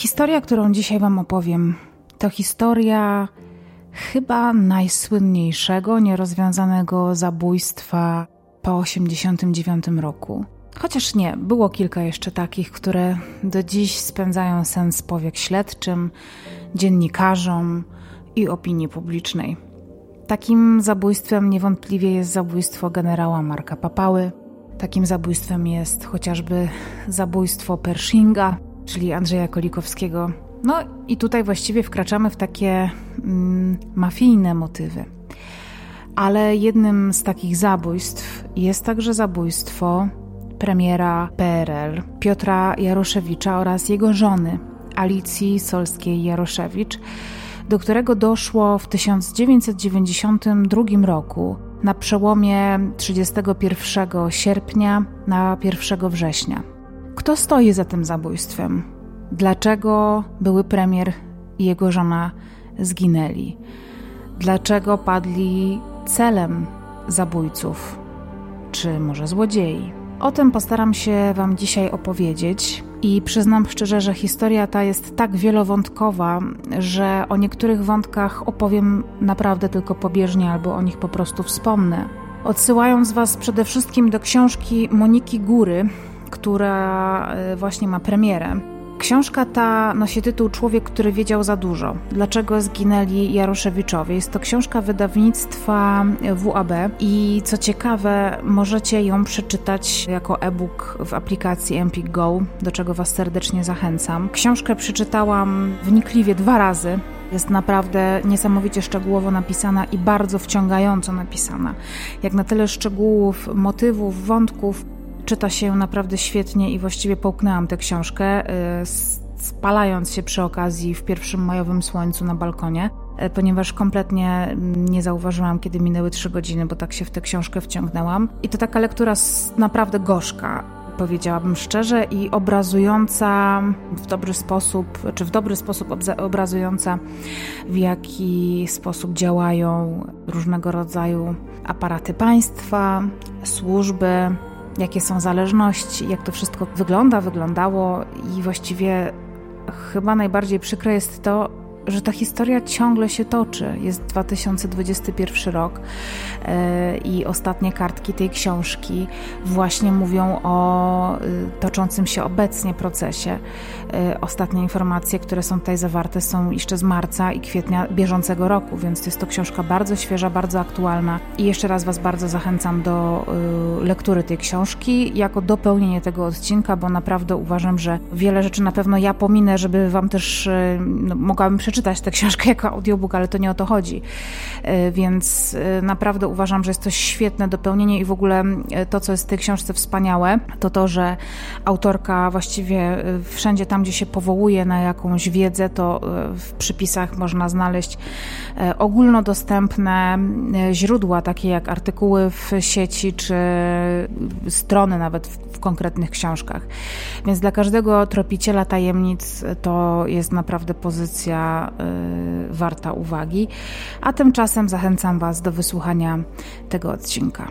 Historia, którą dzisiaj Wam opowiem, to historia chyba najsłynniejszego nierozwiązanego zabójstwa po 1989 roku. Chociaż nie, było kilka jeszcze takich, które do dziś spędzają sens powiek śledczym, dziennikarzom i opinii publicznej. Takim zabójstwem niewątpliwie jest zabójstwo generała Marka Papały. Takim zabójstwem jest chociażby zabójstwo Pershinga, czyli Andrzeja Kolikowskiego. No i tutaj właściwie wkraczamy w takie mafijne motywy. Ale jednym z takich zabójstw jest także zabójstwo premiera PRL Piotra Jaroszewicza oraz jego żony Alicji Solskiej-Jaroszewicz, do którego doszło w 1992 roku na przełomie 31 sierpnia na 1 września. Kto stoi za tym zabójstwem? Dlaczego były premier i jego żona zginęli? Dlaczego padli celem zabójców? Czy może złodziei? O tym postaram się Wam dzisiaj opowiedzieć i przyznam szczerze, że historia ta jest tak wielowątkowa, że o niektórych wątkach opowiem naprawdę tylko pobieżnie albo o nich po prostu wspomnę. Odsyłając Was przede wszystkim do książki Moniki Góry, która właśnie ma premierę. Książka ta nosi tytuł Człowiek, który wiedział za dużo. Dlaczego zginęli Jaroszewiczowie? Jest to książka wydawnictwa WAB i co ciekawe, możecie ją przeczytać jako e-book w aplikacji Empik Go, do czego Was serdecznie zachęcam. Książkę przeczytałam wnikliwie 2 razy. Jest naprawdę niesamowicie szczegółowo napisana i bardzo wciągająco napisana. Jak na tyle szczegółów, motywów, wątków, czyta się ją naprawdę świetnie i właściwie połknęłam tę książkę, spalając się przy okazji w pierwszym majowym słońcu na balkonie, ponieważ kompletnie nie zauważyłam, kiedy minęły 3 godziny, bo tak się w tę książkę wciągnęłam. I to taka lektura naprawdę gorzka, powiedziałabym szczerze, i obrazująca w dobry sposób, obrazująca, w jaki sposób działają różnego rodzaju aparaty państwa, służby, jakie są zależności, jak to wszystko wyglądało i właściwie chyba najbardziej przykre jest to, że ta historia ciągle się toczy. Jest 2021 rok i ostatnie kartki tej książki właśnie mówią o toczącym się obecnie procesie. Ostatnie informacje, które są tutaj zawarte, są jeszcze z marca i kwietnia bieżącego roku, więc jest to książka bardzo świeża, bardzo aktualna i jeszcze raz Was bardzo zachęcam do lektury tej książki jako dopełnienie tego odcinka, bo naprawdę uważam, że wiele rzeczy na pewno ja pominę, żeby Wam też mogłabym przeczytać tę książkę jako audiobook, ale to nie o to chodzi. Więc naprawdę uważam, że jest to świetne dopełnienie i w ogóle to, co jest w tej książce wspaniałe, to, że autorka właściwie wszędzie tam, gdzie się powołuje na jakąś wiedzę, to w przypisach można znaleźć ogólnodostępne źródła, takie jak artykuły w sieci, czy strony nawet w konkretnych książkach. Więc dla każdego tropiciela tajemnic to jest naprawdę pozycja warta uwagi. A tymczasem zachęcam Was do wysłuchania tego odcinka.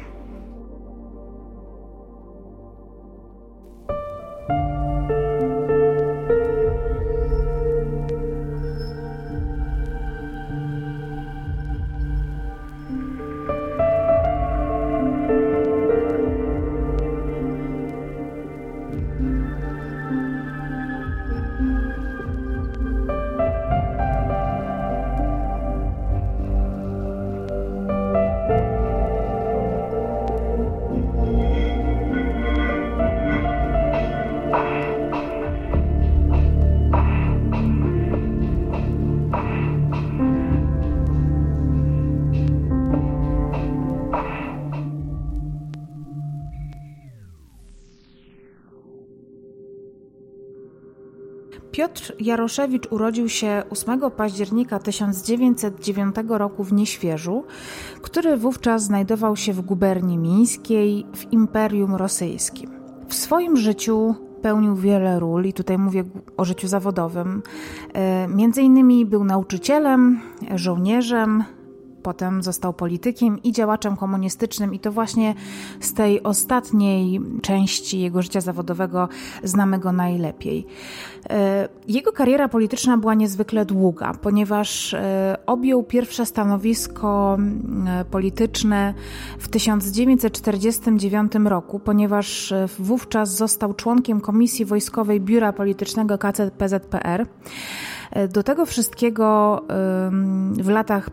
Piotr Jaroszewicz urodził się 8 października 1909 roku w Nieświeżu, który wówczas znajdował się w guberni mińskiej w Imperium Rosyjskim. W swoim życiu pełnił wiele ról i tutaj mówię o życiu zawodowym. Między innymi był nauczycielem, żołnierzem, Potem został politykiem i działaczem komunistycznym i to właśnie z tej ostatniej części jego życia zawodowego znamy go najlepiej. Jego kariera polityczna była niezwykle długa, ponieważ objął pierwsze stanowisko polityczne w 1949 roku, ponieważ wówczas został członkiem Komisji Wojskowej Biura Politycznego KCPZPR. Do tego wszystkiego w latach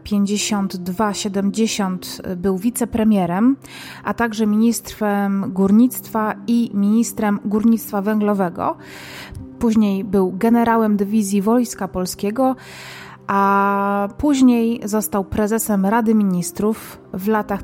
52-70 był wicepremierem, a także ministrem górnictwa i ministrem górnictwa węglowego. Później był generałem dywizji Wojska Polskiego, a później został prezesem Rady Ministrów w latach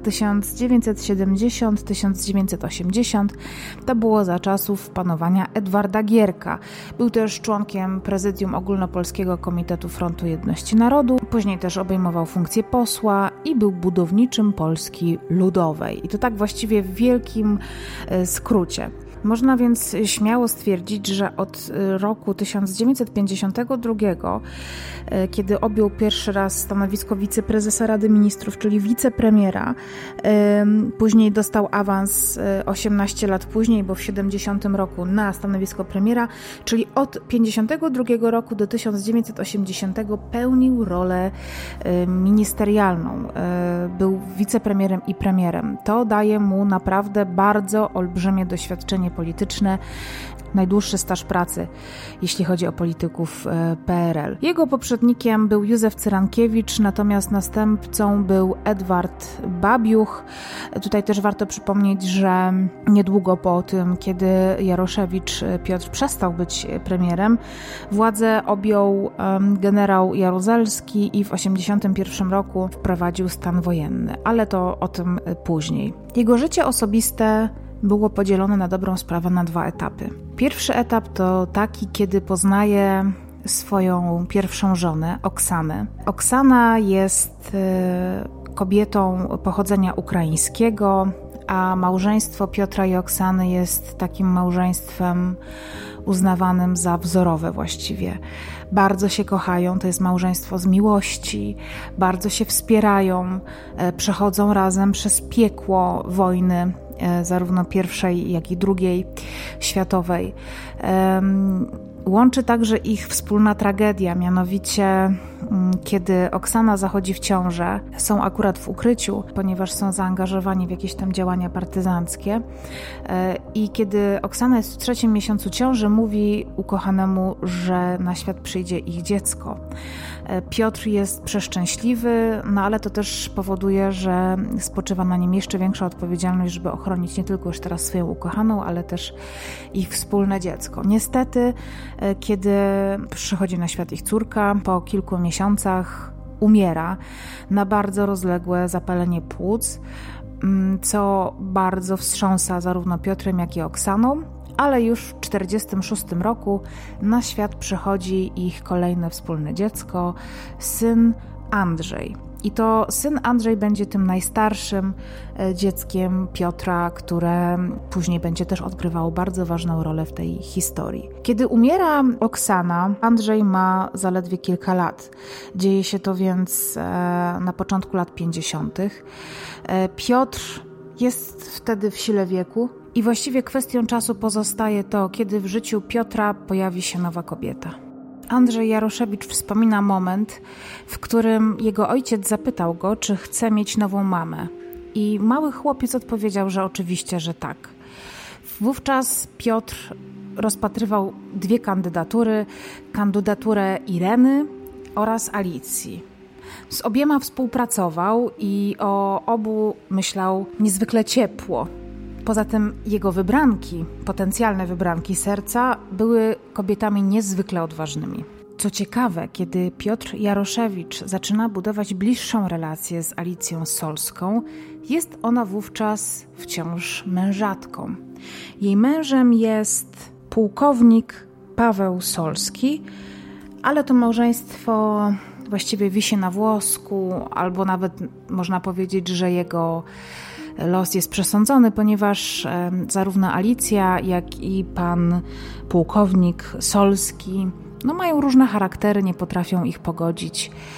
1970-1980. To było za czasów panowania Edwarda Gierka. Był też członkiem Prezydium Ogólnopolskiego Komitetu Frontu Jedności Narodu. Później też obejmował funkcję posła i był budowniczym Polski Ludowej. I to tak właściwie w wielkim skrócie. Można więc śmiało stwierdzić, że od roku 1952, kiedy objął pierwszy raz stanowisko wiceprezesa Rady Ministrów, czyli wicepremiera, później dostał awans 18 lat później, bo w 70 roku na stanowisko premiera, czyli od 52 roku do 1980 pełnił rolę ministerialną. Był wicepremierem i premierem. To daje mu naprawdę bardzo olbrzymie doświadczenie polityczne, najdłuższy staż pracy, jeśli chodzi o polityków PRL. Jego poprzednikiem był Józef Cyrankiewicz, natomiast następcą był Edward Babiuch. Tutaj też warto przypomnieć, że niedługo po tym, kiedy Jaroszewicz Piotr przestał być premierem, władzę objął generał Jaruzelski i w 1981 roku wprowadził stan wojenny, ale to o tym później. Jego życie osobiste było podzielone na dobrą sprawę na 2 etapy. Pierwszy etap to taki, kiedy poznaje swoją pierwszą żonę, Oksanę. Oksana jest kobietą pochodzenia ukraińskiego, a małżeństwo Piotra i Oksany jest takim małżeństwem uznawanym za wzorowe właściwie. Bardzo się kochają, to jest małżeństwo z miłości, bardzo się wspierają, przechodzą razem przez piekło wojny, zarówno pierwszej, jak i drugiej światowej. Łączy także ich wspólna tragedia, mianowicie kiedy Oksana zachodzi w ciążę, są akurat w ukryciu, ponieważ są zaangażowani w jakieś tam działania partyzanckie i kiedy Oksana jest w 3. miesiącu ciąży, mówi ukochanemu, że na świat przyjdzie ich dziecko. Piotr jest przeszczęśliwy, no ale to też powoduje, że spoczywa na nim jeszcze większa odpowiedzialność, żeby ochronić nie tylko już teraz swoją ukochaną, ale też ich wspólne dziecko. Niestety, kiedy przychodzi na świat ich córka, po kilku miesiącach umiera na bardzo rozległe zapalenie płuc, co bardzo wstrząsa zarówno Piotrem, jak i Oksaną, ale już w 1946 roku na świat przychodzi ich kolejne wspólne dziecko, syn Andrzej. I to syn Andrzej będzie tym najstarszym dzieckiem Piotra, które później będzie też odgrywało bardzo ważną rolę w tej historii. Kiedy umiera Oksana, Andrzej ma zaledwie kilka lat. Dzieje się to więc na początku lat 50. Piotr jest wtedy w sile wieku i właściwie kwestią czasu pozostaje to, kiedy w życiu Piotra pojawi się nowa kobieta. Andrzej Jaroszewicz wspomina moment, w którym jego ojciec zapytał go, czy chce mieć nową mamę. I mały chłopiec odpowiedział, że oczywiście, że tak. Wówczas Piotr rozpatrywał 2 kandydatury, kandydaturę Ireny oraz Alicji. Z obiema współpracował i o obu myślał niezwykle ciepło. Poza tym jego wybranki, potencjalne wybranki serca, były kobietami niezwykle odważnymi. Co ciekawe, kiedy Piotr Jaroszewicz zaczyna budować bliższą relację z Alicją Solską, jest ona wówczas wciąż mężatką. Jej mężem jest pułkownik Paweł Solski, ale to małżeństwo właściwie wisi na włosku, albo nawet można powiedzieć, że jego los jest przesądzony, ponieważ zarówno Alicja, jak i pan pułkownik Solski mają różne charaktery, nie potrafią ich pogodzić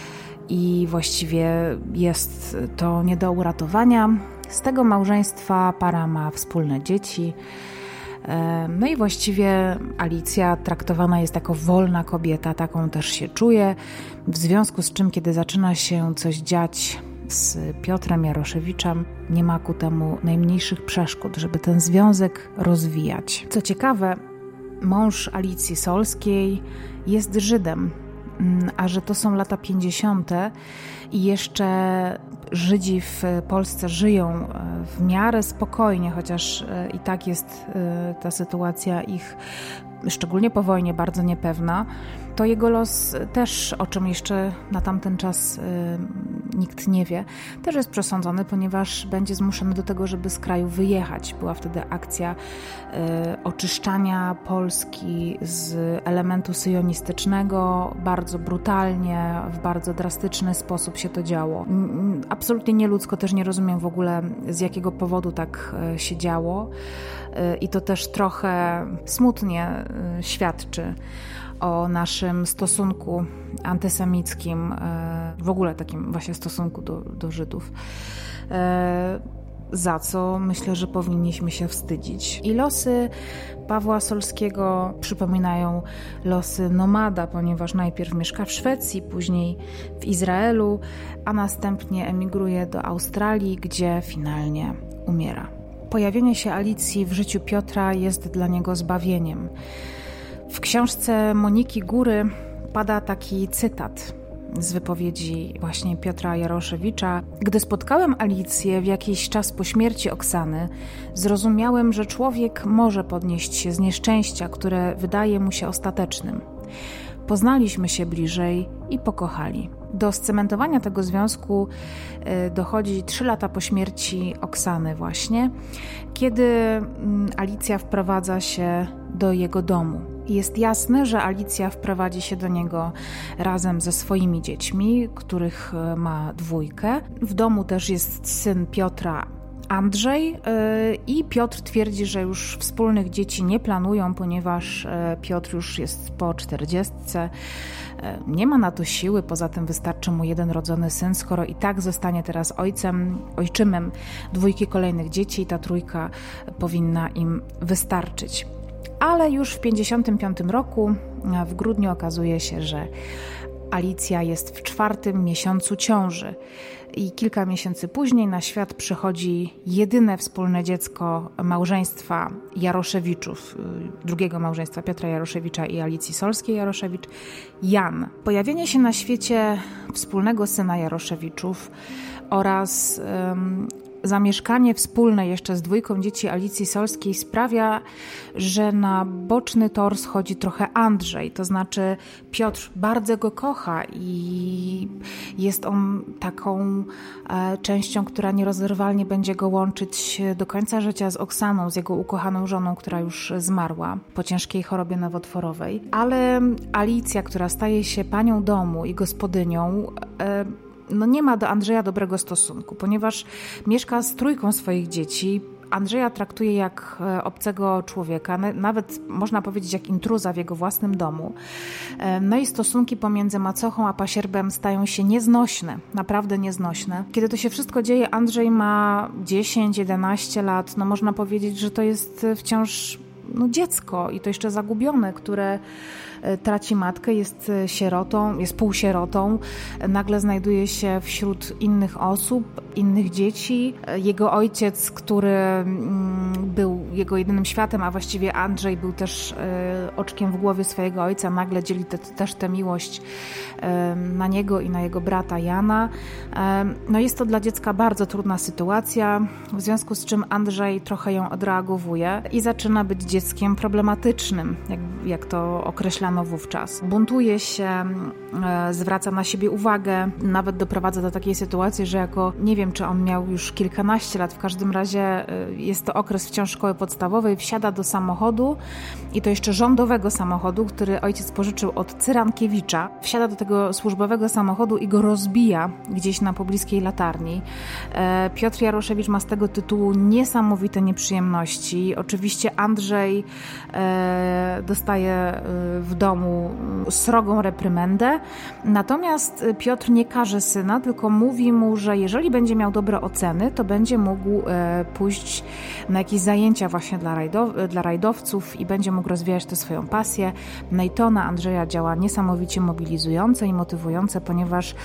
i właściwie jest to nie do uratowania. Z tego małżeństwa para ma wspólne dzieci. No i właściwie Alicja traktowana jest jako wolna kobieta, taką też się czuje, w związku z czym, kiedy zaczyna się coś dziać z Piotrem Jaroszewiczem, nie ma ku temu najmniejszych przeszkód, żeby ten związek rozwijać. Co ciekawe, mąż Alicji Solskiej jest Żydem, a że to są lata 50. i jeszcze Żydzi w Polsce żyją w miarę spokojnie, chociaż i tak jest ta sytuacja ich, szczególnie po wojnie, bardzo niepewna, to jego los też, o czym jeszcze na tamten czas nikt nie wie, też jest przesądzony, ponieważ będzie zmuszony do tego, żeby z kraju wyjechać. Była wtedy akcja oczyszczania Polski z elementu syjonistycznego. Bardzo brutalnie, w bardzo drastyczny sposób się to działo. Absolutnie nieludzko, też nie rozumiem w ogóle, z jakiego powodu tak się działo. I to też trochę smutnie świadczy o naszym stosunku antysemickim, w ogóle takim właśnie stosunku do Żydów, za co myślę, że powinniśmy się wstydzić. I losy Pawła Solskiego przypominają losy nomada, ponieważ najpierw mieszka w Szwecji, później w Izraelu, a następnie emigruje do Australii, gdzie finalnie umiera. Pojawienie się Alicji w życiu Piotra jest dla niego zbawieniem. W książce Moniki Góry pada taki cytat z wypowiedzi właśnie Piotra Jaroszewicza. Gdy spotkałem Alicję w jakiś czas po śmierci Oksany, zrozumiałem, że człowiek może podnieść się z nieszczęścia, które wydaje mu się ostatecznym. Poznaliśmy się bliżej i pokochali. Do scementowania tego związku dochodzi 3 lata po śmierci Oksany właśnie, kiedy Alicja wprowadza się do jego domu. Jest jasne, że Alicja wprowadzi się do niego razem ze swoimi dziećmi, których ma 2. W domu też jest syn Piotra, Andrzej, i Piotr twierdzi, że już wspólnych dzieci nie planują, ponieważ Piotr już jest po 40. Nie ma na to siły, poza tym wystarczy mu 1 rodzony syn, skoro i tak zostanie teraz ojczymem 2 kolejnych dzieci i ta 3 powinna im wystarczyć. Ale już w 1955 roku, w grudniu, okazuje się, że Alicja jest w 4. miesiącu ciąży i kilka miesięcy później na świat przychodzi jedyne wspólne dziecko małżeństwa Jaroszewiczów, drugiego małżeństwa Piotra Jaroszewicza i Alicji Solskiej-Jaroszewicz, Jan. Pojawienie się na świecie wspólnego syna Jaroszewiczów oraz zamieszkanie wspólne jeszcze z 2 dzieci Alicji Solskiej sprawia, że na boczny tor schodzi trochę Andrzej, to znaczy Piotr bardzo go kocha i jest on taką częścią, która nierozerwalnie będzie go łączyć do końca życia z Oksaną, z jego ukochaną żoną, która już zmarła po ciężkiej chorobie nowotworowej. Ale Alicja, która staje się panią domu i gospodynią, nie ma do Andrzeja dobrego stosunku, ponieważ mieszka z 3 swoich dzieci. Andrzeja traktuje jak obcego człowieka, nawet można powiedzieć jak intruza w jego własnym domu. No i stosunki pomiędzy macochą a pasierbem stają się nieznośne, naprawdę nieznośne. Kiedy to się wszystko dzieje, Andrzej ma 10-11 lat, można powiedzieć, że to jest wciąż dziecko i to jeszcze zagubione, które traci matkę, jest sierotą, jest półsierotą, nagle znajduje się wśród innych osób, innych dzieci. Jego ojciec, który był jego jedynym światem, a właściwie Andrzej był też oczkiem w głowie swojego ojca, nagle dzieli też tę miłość na niego i na jego brata Jana. Jest to dla dziecka bardzo trudna sytuacja, w związku z czym Andrzej trochę ją odreagowuje i zaczyna być dzieckiem problematycznym, jak to określano wówczas. Buntuje się, zwraca na siebie uwagę, nawet doprowadza do takiej sytuacji, że nie wiem, czy on miał już kilkanaście lat, w każdym razie jest to okres wciąż szkoły podstawowej, wsiada do samochodu i to jeszcze rządowego samochodu, który ojciec pożyczył od Cyrankiewicza. Wsiada do tego służbowego samochodu i go rozbija gdzieś na pobliskiej latarni. Piotr Jaroszewicz ma z tego tytułu niesamowite nieprzyjemności. Oczywiście Andrzej dostaje w w domu srogą reprymendę. Natomiast Piotr nie karze syna, tylko mówi mu, że jeżeli będzie miał dobre oceny, to będzie mógł pójść na jakieś zajęcia właśnie dla rajdowców i będzie mógł rozwijać tę swoją pasję. No i to na Andrzeja działa niesamowicie mobilizujące i motywujące, ponieważ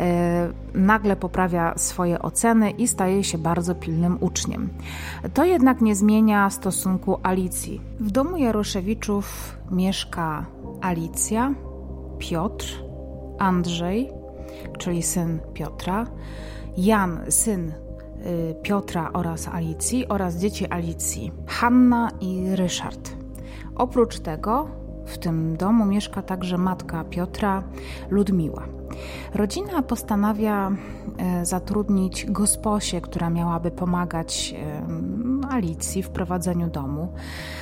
nagle poprawia swoje oceny i staje się bardzo pilnym uczniem. To jednak nie zmienia stosunku Alicji. W domu Jaroszewiczów mieszka Alicja, Piotr, Andrzej, czyli syn Piotra, Jan, syn Piotra oraz Alicji, oraz dzieci Alicji, Hanna i Ryszard. Oprócz tego w tym domu mieszka także matka Piotra, Ludmiła. Rodzina postanawia zatrudnić gosposię, która miałaby pomagać Alicji w prowadzeniu domu.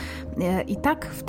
I tak w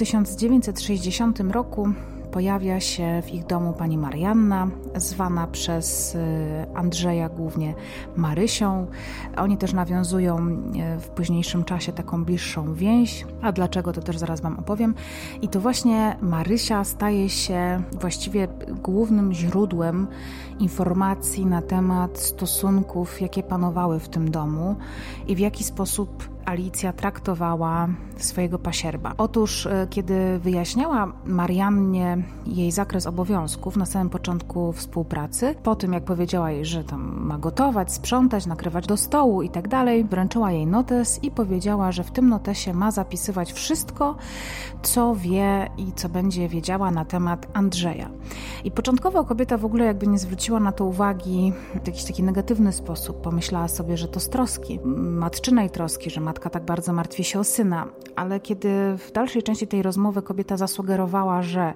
1960 roku pojawia się w ich domu pani Marianna, zwana przez Andrzeja głównie Marysią. Oni też nawiązują w późniejszym czasie taką bliższą więź, a dlaczego, to też zaraz wam opowiem. I to właśnie Marysia staje się właściwie głównym źródłem informacji na temat stosunków, jakie panowały w tym domu i w jaki sposób Alicja traktowała swojego pasierba. Otóż, kiedy wyjaśniała Mariannie jej zakres obowiązków na samym początku współpracy, po tym jak powiedziała jej, że tam ma gotować, sprzątać, nakrywać do stołu i tak dalej, wręczyła jej notes i powiedziała, że w tym notesie ma zapisywać wszystko, co wie i co będzie wiedziała na temat Andrzeja. I początkowo kobieta w ogóle jakby nie zwróciła na to uwagi w jakiś taki negatywny sposób. Pomyślała sobie, że to z troski, matczynej troski, że matka tak bardzo martwi się o syna, ale kiedy w dalszej części tej rozmowy kobieta zasugerowała, że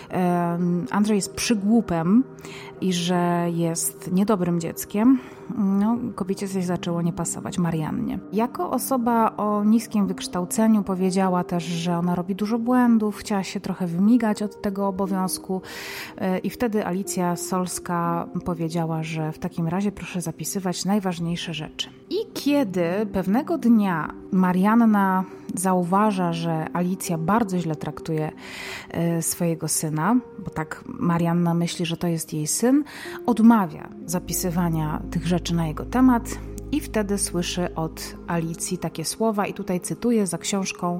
Andrzej jest przygłupem i że jest niedobrym dzieckiem, no, kobiecie coś zaczęło nie pasować, Mariannie. Jako osoba o niskim wykształceniu powiedziała też, że ona robi dużo błędów, chciała się trochę wymigać od tego obowiązku i wtedy Alicja Solska powiedziała, że w takim razie proszę zapisywać najważniejsze rzeczy. I kiedy pewnego dnia Marianna zauważa, że Alicja bardzo źle traktuje swojego syna, bo tak Marianna myśli, że to jest jej syn, odmawia zapisywania tych rzeczy na jego temat i wtedy słyszy od Alicji takie słowa i tutaj cytuję za książką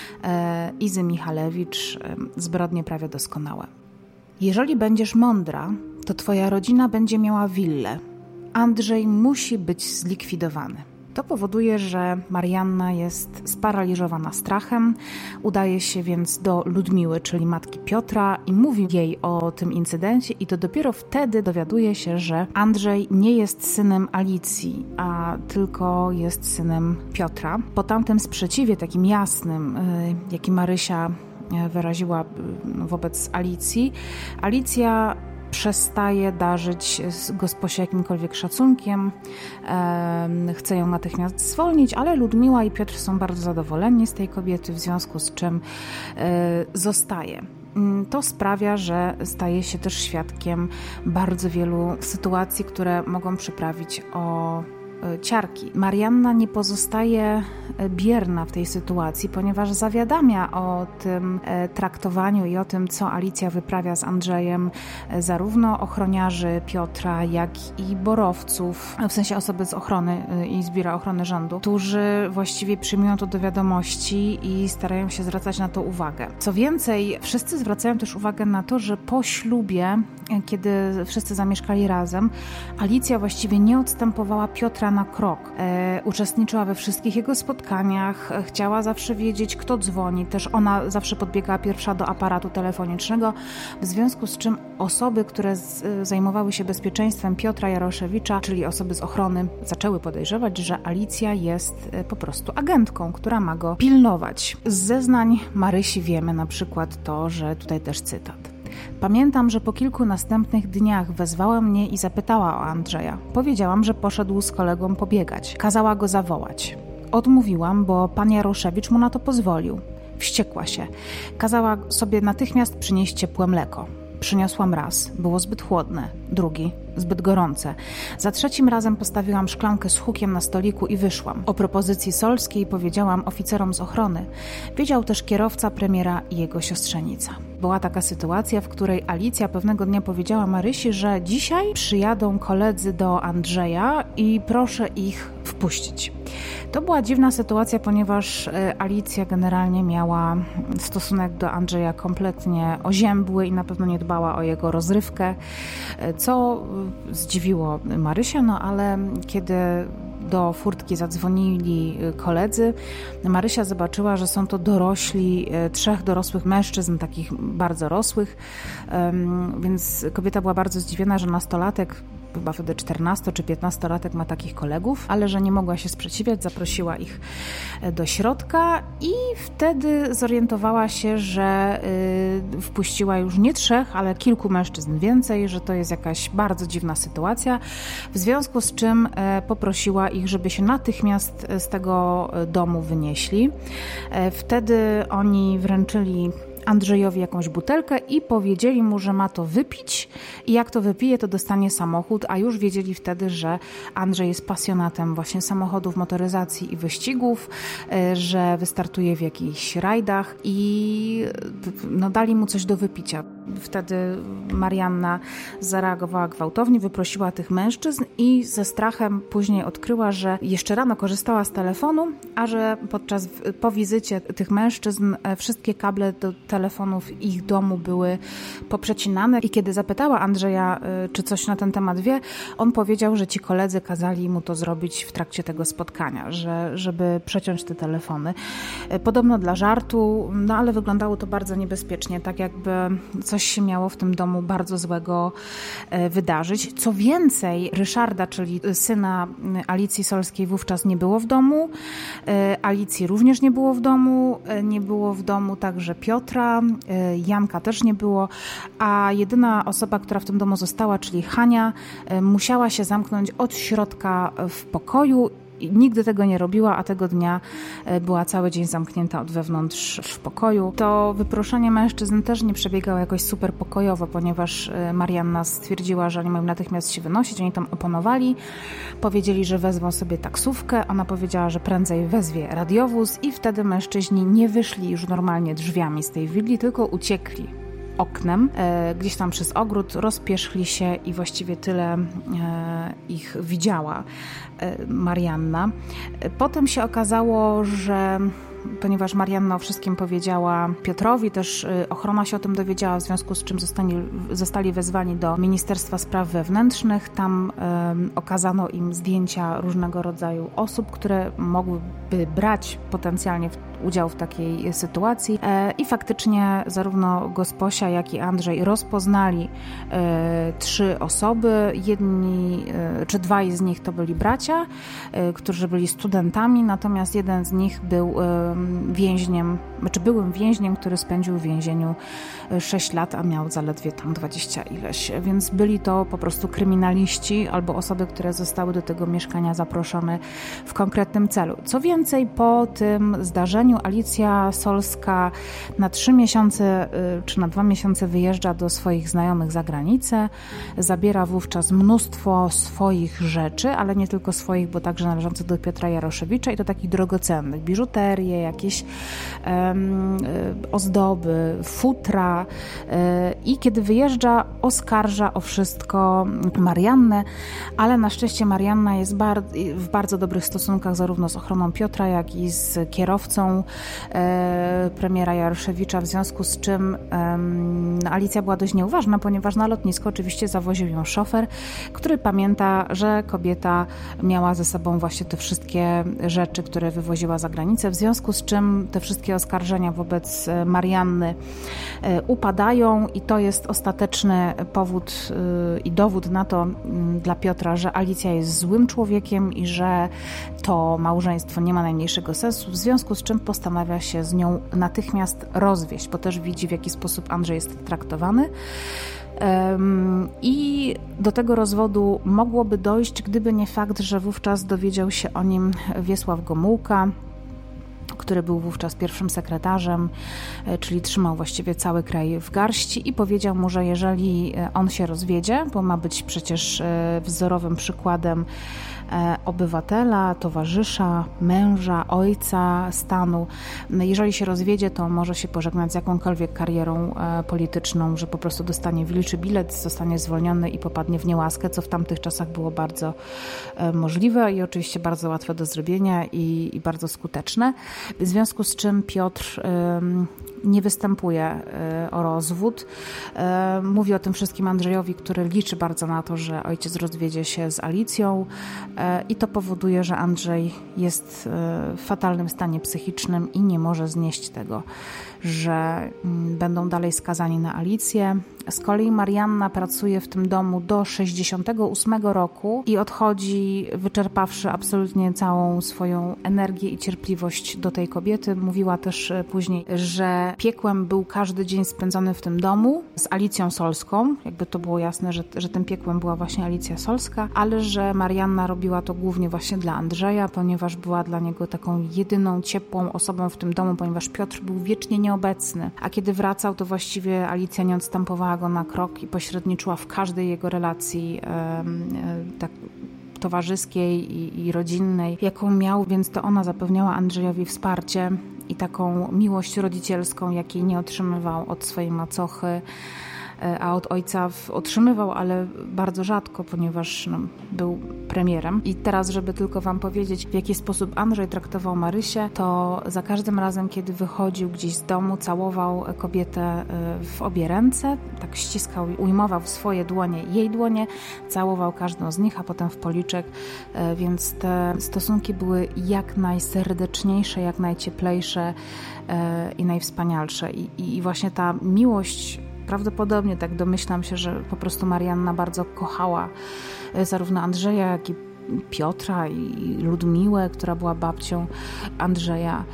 Izy Michalewicz Zbrodnie prawie doskonałe. Jeżeli będziesz mądra, to twoja rodzina będzie miała willę. Andrzej musi być zlikwidowany. To powoduje, że Marianna jest sparaliżowana strachem, udaje się więc do Ludmiły, czyli matki Piotra i mówi jej o tym incydencie i to dopiero wtedy dowiaduje się, że Andrzej nie jest synem Alicji, a tylko jest synem Piotra. Po tamtym sprzeciwie takim jasnym, jaki Marysia wyraziła wobec Alicji, Alicja przestaje darzyć gosposię jakimkolwiek szacunkiem, chce ją natychmiast zwolnić, ale Ludmiła i Piotr są bardzo zadowoleni z tej kobiety, w związku z czym zostaje. To sprawia, że staje się też świadkiem bardzo wielu sytuacji, które mogą przyprawić o ciarki. Marianna nie pozostaje bierna w tej sytuacji, ponieważ zawiadamia o tym traktowaniu i o tym, co Alicja wyprawia z Andrzejem, zarówno ochroniarzy Piotra, jak i borowców, w sensie osoby z ochrony i z Biura Ochrony Rządu, którzy właściwie przyjmują to do wiadomości i starają się zwracać na to uwagę. Co więcej, wszyscy zwracają też uwagę na to, że po ślubie, kiedy wszyscy zamieszkali razem, Alicja właściwie nie odstępowała Piotra na krok. Uczestniczyła we wszystkich jego spotkaniach, chciała zawsze wiedzieć, kto dzwoni. Też ona zawsze podbiegała pierwsza do aparatu telefonicznego, w związku z czym osoby, które zajmowały się bezpieczeństwem Piotra Jaroszewicza, czyli osoby z ochrony, zaczęły podejrzewać, że Alicja jest po prostu agentką, która ma go pilnować. Z zeznań Marysi wiemy na przykład to, że tutaj też cytat. Pamiętam, że po kilku następnych dniach wezwała mnie i zapytała o Andrzeja. Powiedziałam, że poszedł z kolegą pobiegać. Kazała go zawołać. Odmówiłam, bo pan Jaroszewicz mu na to pozwolił. Wściekła się. Kazała sobie natychmiast przynieść ciepłe mleko. Przyniosłam raz, było zbyt chłodne, drugi zbyt gorące. Za trzecim razem postawiłam szklankę z hukiem na stoliku i wyszłam. O propozycji Solskiej powiedziałam oficerom z ochrony. Wiedział też kierowca, premiera i jego siostrzenica. Była taka sytuacja, w której Alicja pewnego dnia powiedziała Marysi, że dzisiaj przyjadą koledzy do Andrzeja i proszę ich wpuścić. To była dziwna sytuacja, ponieważ Alicja generalnie miała stosunek do Andrzeja kompletnie oziębły i na pewno nie dbała o jego rozrywkę, co zdziwiło Marysię, no ale kiedy do furtki zadzwonili koledzy, Marysia zobaczyła, że są to dorośli, 3 dorosłych mężczyzn, takich bardzo rosłych, więc kobieta była bardzo zdziwiona, że nastolatek, chyba wtedy 14 czy 15-latek ma takich kolegów, ale że nie mogła się sprzeciwiać, zaprosiła ich do środka i wtedy zorientowała się, że wpuściła już nie 3, ale kilku mężczyzn więcej, że to jest jakaś bardzo dziwna sytuacja, w związku z czym poprosiła ich, żeby się natychmiast z tego domu wynieśli. Wtedy oni wręczyli Andrzejowi jakąś butelkę i powiedzieli mu, że ma to wypić i jak to wypije, to dostanie samochód, a już wiedzieli wtedy, że Andrzej jest pasjonatem właśnie samochodów, motoryzacji i wyścigów, że wystartuje w jakichś rajdach i no, dali mu coś do wypicia. Wtedy Marianna zareagowała gwałtownie, wyprosiła tych mężczyzn i ze strachem później odkryła, że jeszcze rano korzystała z telefonu, a że po wizycie tych mężczyzn wszystkie kable do telefonów ich domu były poprzecinane i kiedy zapytała Andrzeja, czy coś na ten temat wie, on powiedział, że ci koledzy kazali mu to zrobić w trakcie tego spotkania, żeby przeciąć te telefony. Podobno dla żartu, no ale wyglądało to bardzo niebezpiecznie, tak jakby coś się miało w tym domu bardzo złego wydarzyć. Co więcej, Ryszarda, czyli syna Alicji Solskiej, wówczas nie było w domu. Alicji również nie było w domu. Nie było w domu także Piotra. Janka też nie było. A jedyna osoba, która w tym domu została, czyli Hania, musiała się zamknąć od środka w pokoju. Nigdy tego nie robiła, a tego dnia była cały dzień zamknięta od wewnątrz w pokoju. To wyproszenie mężczyzn też nie przebiegało jakoś super pokojowo, ponieważ Marianna stwierdziła, że oni mają natychmiast się wynosić. Oni tam oponowali, powiedzieli, że wezmą sobie taksówkę. Ona powiedziała, że prędzej wezwie radiowóz i wtedy mężczyźni nie wyszli już normalnie drzwiami z tej willi, tylko uciekli oknem, gdzieś tam przez ogród, rozpierzchli się i właściwie tyle ich widziała Marianna. Potem się okazało, że ponieważ Marianna o wszystkim powiedziała Piotrowi, też ochrona się o tym dowiedziała, w związku z czym zostali wezwani do Ministerstwa Spraw Wewnętrznych. Tam okazano im zdjęcia różnego rodzaju osób, które mogłyby brać potencjalnie udział w takiej sytuacji i faktycznie zarówno Gosposia, jak i Andrzej rozpoznali 3 osoby. Jedni czy 2 z nich to byli bracia, którzy byli studentami, natomiast jeden z nich był byłym więźniem, który spędził w więzieniu 6 lat, a miał zaledwie tam 20 ileś, więc byli to po prostu kryminaliści albo osoby, które zostały do tego mieszkania zaproszone w konkretnym celu. Co więcej, po tym zdarzeniu Alicja Solska na 3 miesiące czy na 2 miesiące wyjeżdża do swoich znajomych za granicę, zabiera wówczas mnóstwo swoich rzeczy, ale nie tylko swoich, bo także należących do Piotra Jaroszewicza i to takich drogocennych, biżuterię, jakieś ozdoby, futra i kiedy wyjeżdża, oskarża o wszystko Mariannę, ale na szczęście Marianna jest w bardzo dobrych stosunkach zarówno z ochroną Piotra, jak i z kierowcą premiera Jaroszewicza, w związku z czym Alicja była dość nieuważna, ponieważ na lotnisko oczywiście zawoził ją szofer, który pamięta, że kobieta miała ze sobą właśnie te wszystkie rzeczy, które wywoziła za granicę, w związku z czym te wszystkie oskarżenia wobec Marianny upadają i to jest ostateczny powód i dowód na to dla Piotra, że Alicja jest złym człowiekiem i że to małżeństwo nie ma najmniejszego sensu, w związku z czym postanawia się z nią natychmiast rozwieść, bo też widzi, w jaki sposób Andrzej jest traktowany. I do tego rozwodu mogłoby dojść, gdyby nie fakt, że wówczas dowiedział się o nim Wiesław Gomułka, który był wówczas pierwszym sekretarzem, czyli trzymał właściwie cały kraj w garści i powiedział mu, że jeżeli on się rozwiedzie, bo ma być przecież wzorowym przykładem obywatela, towarzysza, męża, ojca stanu. Jeżeli się rozwiedzie, to może się pożegnać z jakąkolwiek karierą polityczną, że po prostu dostanie wilczy bilet, zostanie zwolniony i popadnie w niełaskę, co w tamtych czasach było bardzo możliwe i oczywiście bardzo łatwe do zrobienia i bardzo skuteczne. W związku z czym Piotr nie występuje o rozwód. Mówi o tym wszystkim Andrzejowi, który liczy bardzo na to, że ojciec rozwiedzie się z Alicją i to powoduje, że Andrzej jest w fatalnym stanie psychicznym i nie może znieść tego, że będą dalej skazani na Alicję. Z kolei Marianna pracuje w tym domu do 68 roku i odchodzi, wyczerpawszy absolutnie całą swoją energię i cierpliwość do tej kobiety. Mówiła też później, że piekłem był każdy dzień spędzony w tym domu z Alicją Solską. Jakby to było jasne, że tym piekłem była właśnie Alicja Solska, ale że Marianna robiła to głównie właśnie dla Andrzeja, ponieważ była dla niego taką jedyną ciepłą osobą w tym domu, ponieważ Piotr był wiecznie nieobecny, a kiedy wracał, to właściwie Alicja nie odstępowała go na krok i pośredniczyła w każdej jego relacji tak towarzyskiej i rodzinnej, jaką miał, więc to ona zapewniała Andrzejowi wsparcie i taką miłość rodzicielską, jakiej nie otrzymywał od swojej macochy, a od ojca otrzymywał, ale bardzo rzadko, ponieważ był premierem. I teraz, żeby tylko wam powiedzieć, w jaki sposób Andrzej traktował Marysię, to za każdym razem, kiedy wychodził gdzieś z domu, całował kobietę w obie ręce, tak ściskał i ujmował w swoje dłonie jej dłonie, całował każdą z nich, a potem w policzek, więc te stosunki były jak najserdeczniejsze, jak najcieplejsze i najwspanialsze. I właśnie ta miłość, prawdopodobnie tak domyślam się, że po prostu Marianna bardzo kochała zarówno Andrzeja, jak i Piotra i Ludmiłę, która była babcią Andrzeja.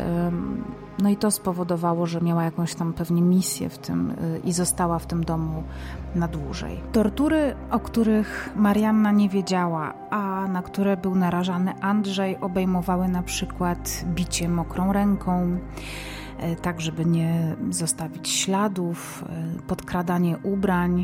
No i to spowodowało, że miała jakąś tam pewnie misję w tym i została w tym domu na dłużej. Tortury, o których Marianna nie wiedziała, a na które był narażany Andrzej, obejmowały na przykład bicie mokrą ręką, tak żeby nie zostawić śladów, podkradanie ubrań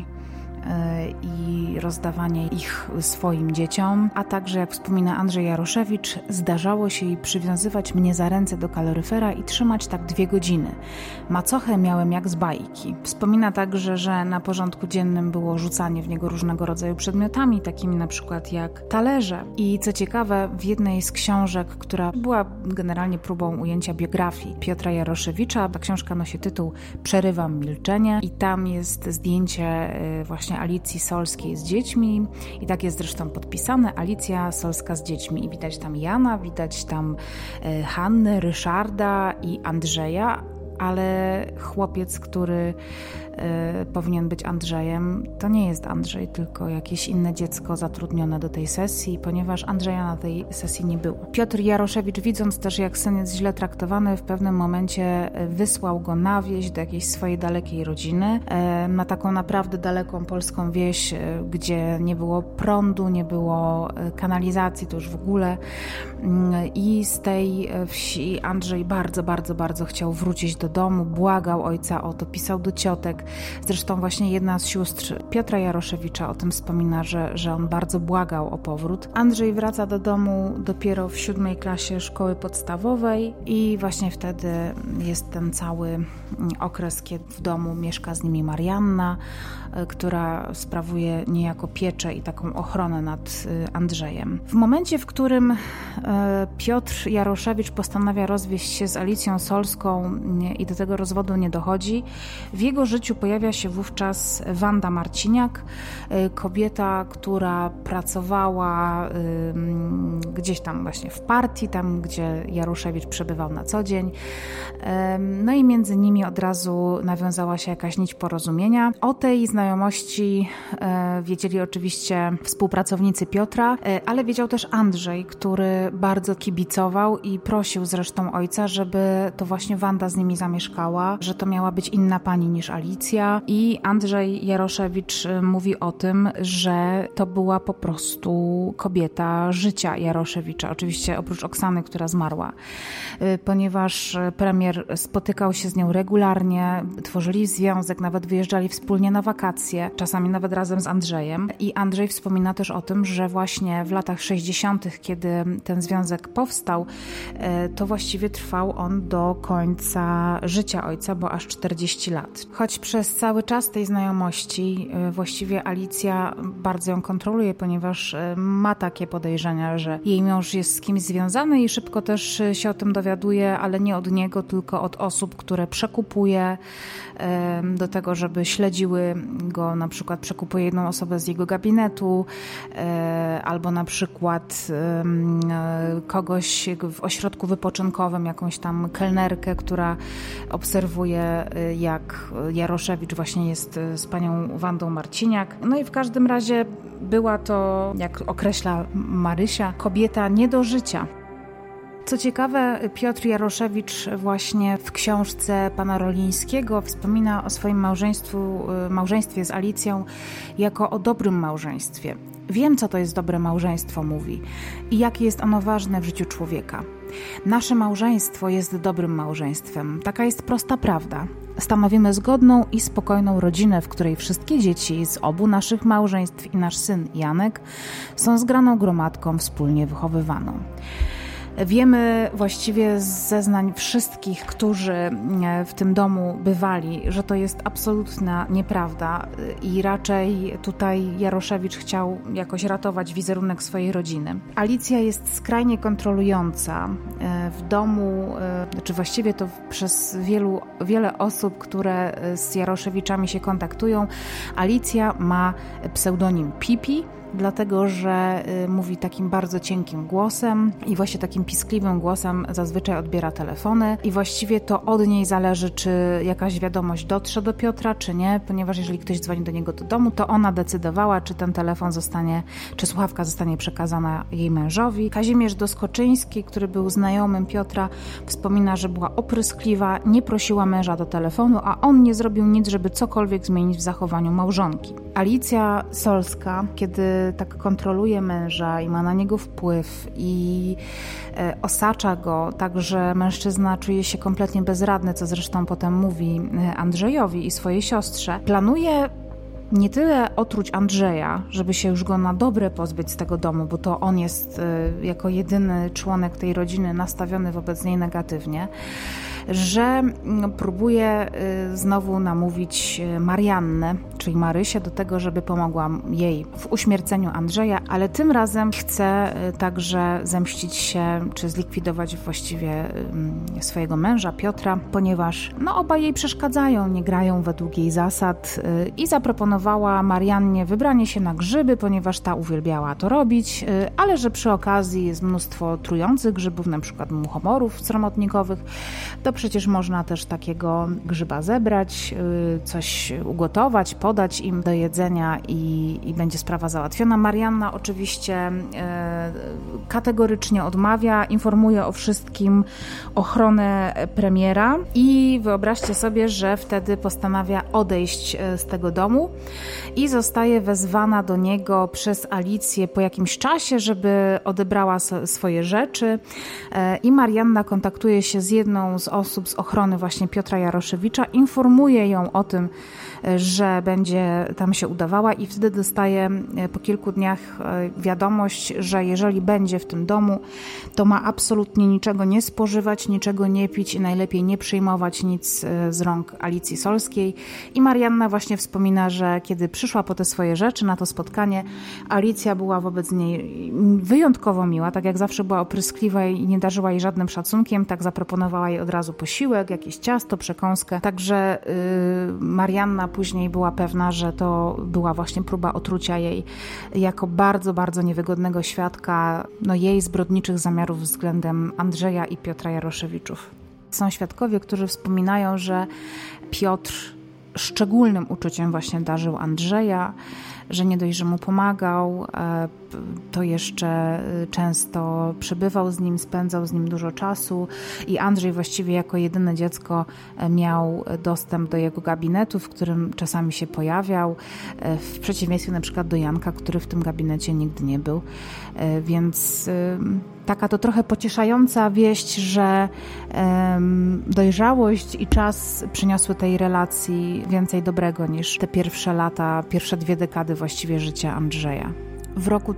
i rozdawanie ich swoim dzieciom, a także, jak wspomina Andrzej Jaroszewicz, zdarzało się jej przywiązywać mnie za ręce do kaloryfera i trzymać tak 2 godziny. Macochę miałem jak z bajki. Wspomina także, że na porządku dziennym było rzucanie w niego różnego rodzaju przedmiotami, takimi na przykład jak talerze. I co ciekawe, w jednej z książek, która była generalnie próbą ujęcia biografii Piotra Jaroszewicza, ta książka nosi tytuł Przerywam milczenie i tam jest zdjęcie właśnie Alicji Solskiej z dziećmi i tak jest zresztą podpisane, Alicja Solska z dziećmi i widać tam Jana, widać tam Hannę, Ryszarda i Andrzeja, ale chłopiec, który powinien być Andrzejem, to nie jest Andrzej, tylko jakieś inne dziecko zatrudnione do tej sesji, ponieważ Andrzeja na tej sesji nie było. Piotr Jaroszewicz, widząc też, jak syn jest źle traktowany, w pewnym momencie wysłał go na wieś do jakiejś swojej dalekiej rodziny, na taką naprawdę daleką polską wieś, gdzie nie było prądu, nie było kanalizacji, to już w ogóle, i z tej wsi Andrzej bardzo chciał wrócić do domu, błagał ojca o to, pisał do ciotek. Zresztą właśnie jedna z sióstr Piotra Jaroszewicza o tym wspomina, że on bardzo błagał o powrót. Andrzej wraca do domu dopiero w 7. klasie szkoły podstawowej i właśnie wtedy jest ten cały okres, kiedy w domu mieszka z nimi Marianna, która sprawuje niejako pieczę i taką ochronę nad Andrzejem. W momencie, w którym Piotr Jaroszewicz postanawia rozwieść się z Alicją Solską i do tego rozwodu nie dochodzi, w jego życiu pojawia się wówczas Wanda Marciniak, kobieta, która pracowała gdzieś tam właśnie w partii, tam gdzie Jaroszewicz przebywał na co dzień. No i między nimi od razu nawiązała się jakaś nić porozumienia. O tej znajomości wiedzieli oczywiście współpracownicy Piotra, ale wiedział też Andrzej, który bardzo kibicował i prosił zresztą ojca, żeby to właśnie Wanda z nimi zamieszkała, że to miała być inna pani niż Alicja i Andrzej Jaroszewicz mówi o tym, że to była po prostu kobieta życia Jaroszewicza, oczywiście oprócz Oksany, która zmarła, ponieważ premier spotykał się z nią regularnie, tworzyli związek, nawet wyjeżdżali wspólnie na wakacje, czasami nawet razem z Andrzejem i Andrzej wspomina też o tym, że właśnie w latach 60., kiedy ten związek powstał, to właściwie trwał on do końca życia ojca, bo aż 40 lat. Choć przez cały czas tej znajomości właściwie Alicja bardzo ją kontroluje, ponieważ ma takie podejrzenia, że jej mąż jest z kimś związany i szybko też się o tym dowiaduje, ale nie od niego, tylko od osób, które przekupuje do tego, żeby śledziły go, na przykład przekupuje jedną osobę z jego gabinetu, albo na przykład kogoś w ośrodku wypoczynkowym, jakąś tam kelnerkę, która obserwuje, jak Jaroszewicz właśnie jest z panią Wandą Marciniak. No i w każdym razie była to, jak określa Marysia, kobieta nie do życia. Co ciekawe, Piotr Jaroszewicz właśnie w książce pana Rolińskiego wspomina o swoim małżeństwie z Alicją jako o dobrym małżeństwie. Wiem, co to jest dobre małżeństwo, mówi, i jakie jest ono ważne w życiu człowieka. Nasze małżeństwo jest dobrym małżeństwem. Taka jest prosta prawda. Stanowimy zgodną i spokojną rodzinę, w której wszystkie dzieci z obu naszych małżeństw i nasz syn Janek są zgraną gromadką wspólnie wychowywaną. Wiemy właściwie z zeznań wszystkich, którzy w tym domu bywali, że to jest absolutna nieprawda i raczej tutaj Jaroszewicz chciał jakoś ratować wizerunek swojej rodziny. Alicja jest skrajnie kontrolująca w domu, czy właściwie to przez wiele osób, które z Jaroszewiczami się kontaktują. Alicja ma pseudonim Pipi, dlatego że mówi takim bardzo cienkim głosem i właśnie takim piskliwym głosem zazwyczaj odbiera telefony i właściwie to od niej zależy, czy jakaś wiadomość dotrze do Piotra, czy nie, ponieważ jeżeli ktoś dzwoni do niego do domu, to ona decydowała, czy ten telefon zostanie, czy słuchawka zostanie przekazana jej mężowi. Kazimierz Doskoczyński, który był znajomym Piotra, wspomina, że była opryskliwa, nie prosiła męża do telefonu, a on nie zrobił nic, żeby cokolwiek zmienić w zachowaniu małżonki. Alicja Solska, kiedy tak kontroluje męża i ma na niego wpływ i osacza go, tak że mężczyzna czuje się kompletnie bezradny, co zresztą potem mówi Andrzejowi i swojej siostrze, planuje nie tyle otruć Andrzeja, żeby się już go na dobre pozbyć z tego domu, bo to on jest jako jedyny członek tej rodziny nastawiony wobec niej negatywnie, że próbuje znowu namówić Mariannę, czyli Marysię, do tego, żeby pomogła jej w uśmierceniu Andrzeja, ale tym razem chce także zemścić się, czy zlikwidować właściwie swojego męża, Piotra, ponieważ oba jej przeszkadzają, nie grają według jej zasad i zaproponowała Mariannie wybranie się na grzyby, ponieważ ta uwielbiała to robić, ale że przy okazji jest mnóstwo trujących grzybów, na przykład muchomorów sromotnikowych, to przecież można też takiego grzyba zebrać, coś ugotować, podać im do jedzenia i będzie sprawa załatwiona. Marianna oczywiście kategorycznie odmawia, informuje o wszystkim ochronę premiera i wyobraźcie sobie, że wtedy postanawia odejść z tego domu i zostaje wezwana do niego przez Alicję po jakimś czasie, żeby odebrała swoje rzeczy i Marianna kontaktuje się z jedną z osób z ochrony właśnie Piotra Jaroszewicza, informuje ją o tym, że będzie tam się udawała i wtedy dostaje po kilku dniach wiadomość, że jeżeli będzie w tym domu, to ma absolutnie niczego nie spożywać, niczego nie pić i najlepiej nie przyjmować nic z rąk Alicji Solskiej. I Marianna właśnie wspomina, że kiedy przyszła po te swoje rzeczy na to spotkanie, Alicja była wobec niej wyjątkowo miła, tak jak zawsze była opryskliwa i nie darzyła jej żadnym szacunkiem, tak zaproponowała jej od razu posiłek, jakieś ciasto, przekąskę. Także Marianna później była pewna, że to była właśnie próba otrucia jej jako bardzo, bardzo niewygodnego świadka jej zbrodniczych zamiarów względem Andrzeja i Piotra Jaroszewiczów. Są świadkowie, którzy wspominają, że Piotr szczególnym uczuciem właśnie darzył Andrzeja, że nie dość, że mu pomagał, to jeszcze często przebywał z nim, spędzał z nim dużo czasu i Andrzej właściwie jako jedyne dziecko miał dostęp do jego gabinetu, w którym czasami się pojawiał, w przeciwieństwie na przykład do Janka, który w tym gabinecie nigdy nie był. Więc taka to trochę pocieszająca wieść, że dojrzałość i czas przyniosły tej relacji więcej dobrego niż te pierwsze lata, pierwsze 2 dekady właściwie życia Andrzeja. W roku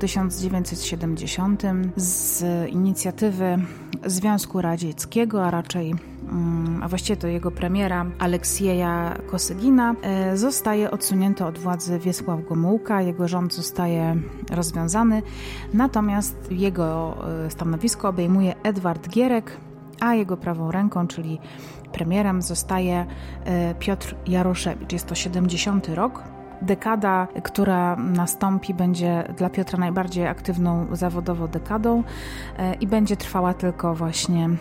1970 z inicjatywy Związku Radzieckiego, a właściwie to jego premiera Aleksieja Kosygina, zostaje odsunięty od władzy Wiesław Gomułka, jego rząd zostaje rozwiązany, natomiast jego stanowisko obejmuje Edward Gierek, a jego prawą ręką, czyli premierem, zostaje Piotr Jaroszewicz. Jest to 70. rok. Dekada, która nastąpi, będzie dla Piotra najbardziej aktywną zawodowo dekadą i będzie trwała tylko właśnie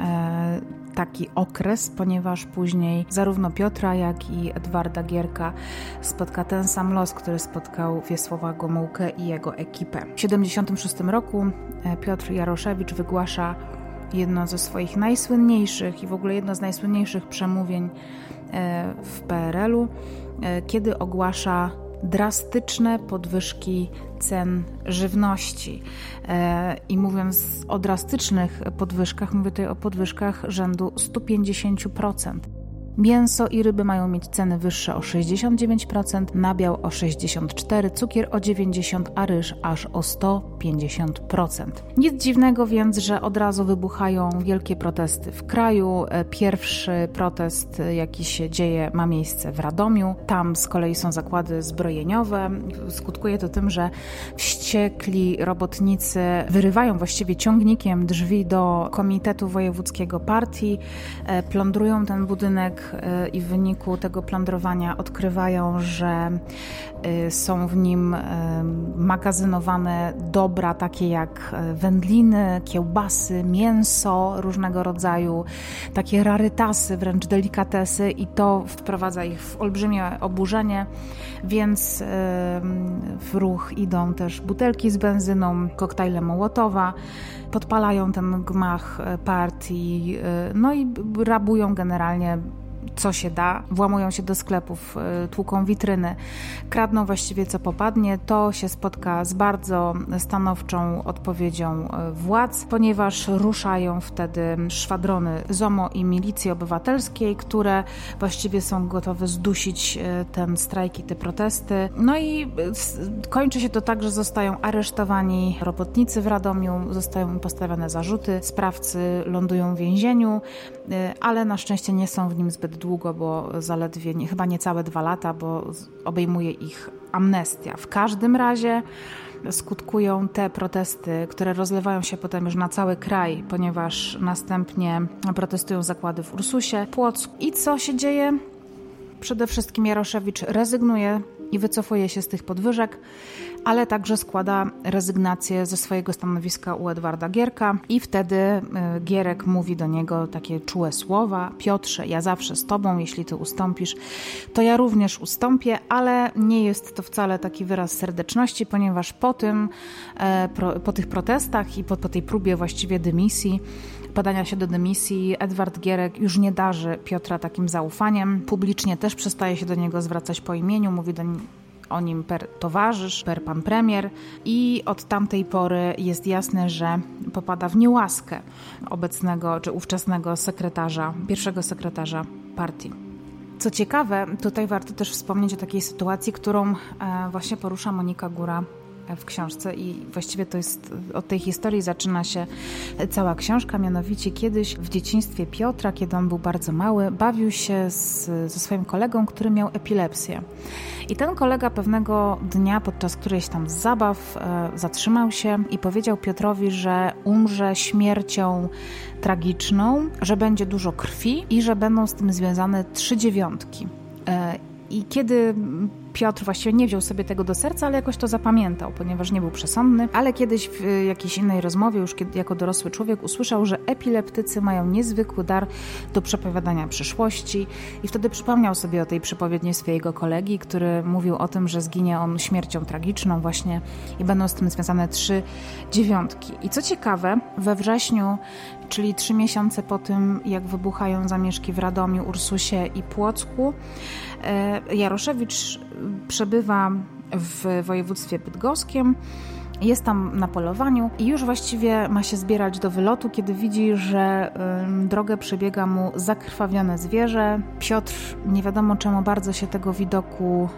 taki okres, ponieważ później zarówno Piotra, jak i Edwarda Gierka spotka ten sam los, który spotkał Wiesława Gomułkę i jego ekipę. W 1976 roku Piotr Jaroszewicz wygłasza jedno ze swoich najsłynniejszych i w ogóle jedno z najsłynniejszych przemówień w PRL-u, kiedy ogłasza drastyczne podwyżki cen żywności. I mówiąc o drastycznych podwyżkach, mówię tutaj o podwyżkach rzędu 150%. Mięso i ryby mają mieć ceny wyższe o 69%, nabiał o 64%, cukier o 90%, a ryż aż o 150%. Nic dziwnego więc, że od razu wybuchają wielkie protesty w kraju. Pierwszy protest, jaki się dzieje, ma miejsce w Radomiu. Tam z kolei są zakłady zbrojeniowe. Skutkuje to tym, że wściekli robotnicy wyrywają właściwie ciągnikiem drzwi do Komitetu Wojewódzkiego Partii, plądrują ten budynek i w wyniku tego plądrowania odkrywają, że są w nim magazynowane dobra takie jak wędliny, kiełbasy, mięso różnego rodzaju, takie rarytasy, wręcz delikatesy, i to wprowadza ich w olbrzymie oburzenie, więc w ruch idą też butelki z benzyną, koktajle Mołotowa, podpalają ten gmach partii, no i rabują generalnie co się da, włamują się do sklepów, tłuką witryny, kradną właściwie co popadnie. To się spotka z bardzo stanowczą odpowiedzią władz, ponieważ ruszają wtedy szwadrony ZOMO i milicji obywatelskiej, które właściwie są gotowe zdusić ten strajk i te protesty. No i kończy się to tak, że zostają aresztowani robotnicy w Radomiu, zostają im postawione zarzuty, sprawcy lądują w więzieniu, ale na szczęście nie są w nim zbyt długo, bo zaledwie chyba niecałe 2 lata, bo obejmuje ich amnestia. W każdym razie skutkują te protesty, które rozlewają się potem już na cały kraj, ponieważ następnie protestują zakłady w Ursusie, Płocku. I co się dzieje? Przede wszystkim Jaroszewicz rezygnuje i wycofuje się z tych podwyżek, ale także składa rezygnację ze swojego stanowiska u Edwarda Gierka i wtedy Gierek mówi do niego takie czułe słowa: Piotrze, ja zawsze z tobą, jeśli ty ustąpisz, to ja również ustąpię, ale nie jest to wcale taki wyraz serdeczności, ponieważ po tych protestach i po tej próbie właściwie dymisji, podania się do dymisji, Edward Gierek już nie darzy Piotra takim zaufaniem. Publicznie też przestaje się do niego zwracać po imieniu, mówi o nim per towarzysz, per pan premier, i od tamtej pory jest jasne, że popada w niełaskę obecnego czy ówczesnego pierwszego sekretarza partii. Co ciekawe, tutaj warto też wspomnieć o takiej sytuacji, którą właśnie porusza Monika Góra w książce, i właściwie to jest od tej historii zaczyna się cała książka. Mianowicie kiedyś w dzieciństwie Piotra, kiedy on był bardzo mały, bawił się ze swoim kolegą, który miał epilepsję. I ten kolega pewnego dnia podczas którejś tam z zabaw zatrzymał się i powiedział Piotrowi, że umrze śmiercią tragiczną, że będzie dużo krwi i że będą z tym związane 3 dziewiątki. I kiedy Piotr właściwie nie wziął sobie tego do serca, ale jakoś to zapamiętał, ponieważ nie był przesądny, ale kiedyś w jakiejś innej rozmowie, już jako dorosły człowiek, usłyszał, że epileptycy mają niezwykły dar do przepowiadania przyszłości i wtedy przypomniał sobie o tej przepowiedni swojego kolegi, który mówił o tym, że zginie on śmiercią tragiczną właśnie i będą z tym związane 3 dziewiątki. I co ciekawe, we wrześniu, czyli 3 miesiące po tym, jak wybuchają zamieszki w Radomiu, Ursusie i Płocku, Jaroszewicz przebywa w województwie bydgoskim, jest tam na polowaniu i już właściwie ma się zbierać do wylotu, kiedy widzi, że drogę przebiega mu zakrwawione zwierzę. Piotr nie wiadomo czemu bardzo się tego widoku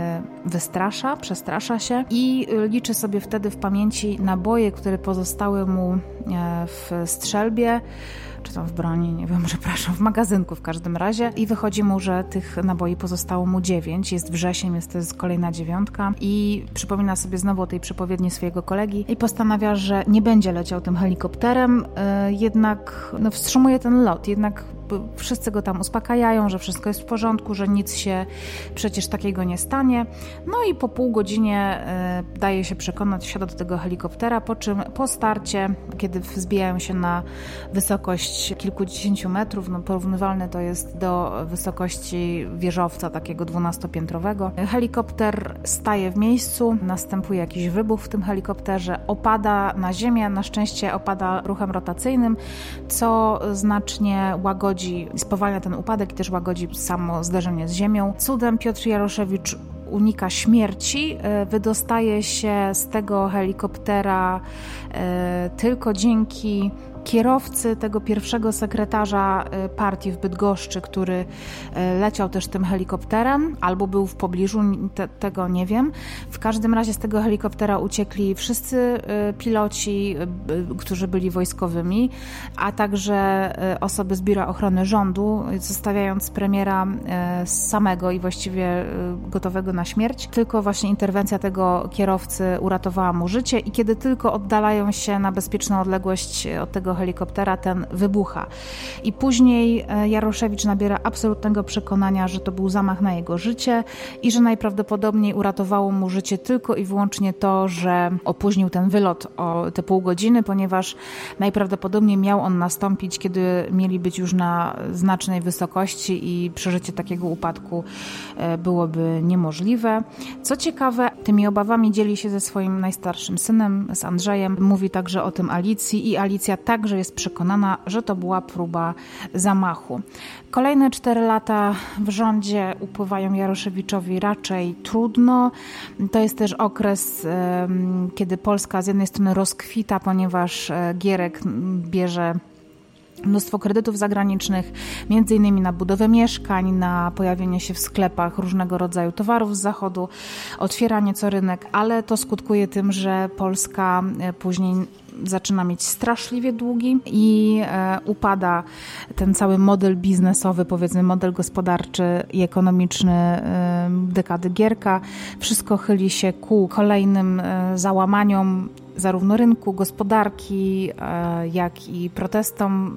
przestrasza się i liczy sobie wtedy w pamięci naboje, które pozostały mu w strzelbie, czy tam w broni, nie wiem, przepraszam, w magazynku w każdym razie i wychodzi mu, że tych naboi pozostało mu 9, jest wrzesień, to jest kolejna 9 i przypomina sobie znowu o tej przepowiedni swojego kolegi i postanawia, że nie będzie leciał tym helikopterem, jednak wstrzymuje ten lot, jednak wszyscy go tam uspokajają, że wszystko jest w porządku, że nic się przecież takiego nie stanie. No i po pół godzinie daje się przekonać, wsiada do tego helikoptera, po czym po starcie, kiedy wzbijają się na wysokość kilkudziesięciu metrów, porównywalne to jest do wysokości wieżowca takiego 12-piętrowego. Helikopter staje w miejscu, następuje jakiś wybuch w tym helikopterze, opada na ziemię, na szczęście opada ruchem rotacyjnym, co znacznie łagodzi, spowalnia ten upadek i też łagodzi samo zderzenie z ziemią. Cudem Piotr Jaroszewicz unika śmierci, wydostaje się z tego helikoptera tylko dzięki kierowcy tego pierwszego sekretarza partii w Bydgoszczy, który leciał też tym helikopterem, albo był w pobliżu, tego nie wiem. W każdym razie z tego helikoptera uciekli wszyscy piloci, którzy byli wojskowymi, a także osoby z Biura Ochrony Rządu, zostawiając premiera samego i właściwie gotowego na śmierć. Tylko właśnie interwencja tego kierowcy uratowała mu życie i kiedy tylko oddalają się na bezpieczną odległość od tego helikoptera, ten wybucha. I później Jaroszewicz nabiera absolutnego przekonania, że to był zamach na jego życie i że najprawdopodobniej uratowało mu życie tylko i wyłącznie to, że opóźnił ten wylot o te pół godziny, ponieważ najprawdopodobniej miał on nastąpić, kiedy mieli być już na znacznej wysokości i przeżycie takiego upadku byłoby niemożliwe. Co ciekawe, tymi obawami dzieli się ze swoim najstarszym synem, z Andrzejem. Mówi także o tym Alicji i Alicja także jest przekonana, że to była próba zamachu. Kolejne 4 lata w rządzie upływają Jaroszewiczowi raczej trudno. To jest też okres, kiedy Polska z jednej strony rozkwita, ponieważ Gierek bierze mnóstwo kredytów zagranicznych, między innymi na budowę mieszkań, na pojawienie się w sklepach różnego rodzaju towarów z zachodu, otwiera nieco rynek, ale to skutkuje tym, że Polska później zaczyna mieć straszliwie długi i upada ten cały model biznesowy, powiedzmy model gospodarczy i ekonomiczny dekady Gierka. Wszystko chyli się ku kolejnym załamaniom zarówno rynku, gospodarki, jak i protestom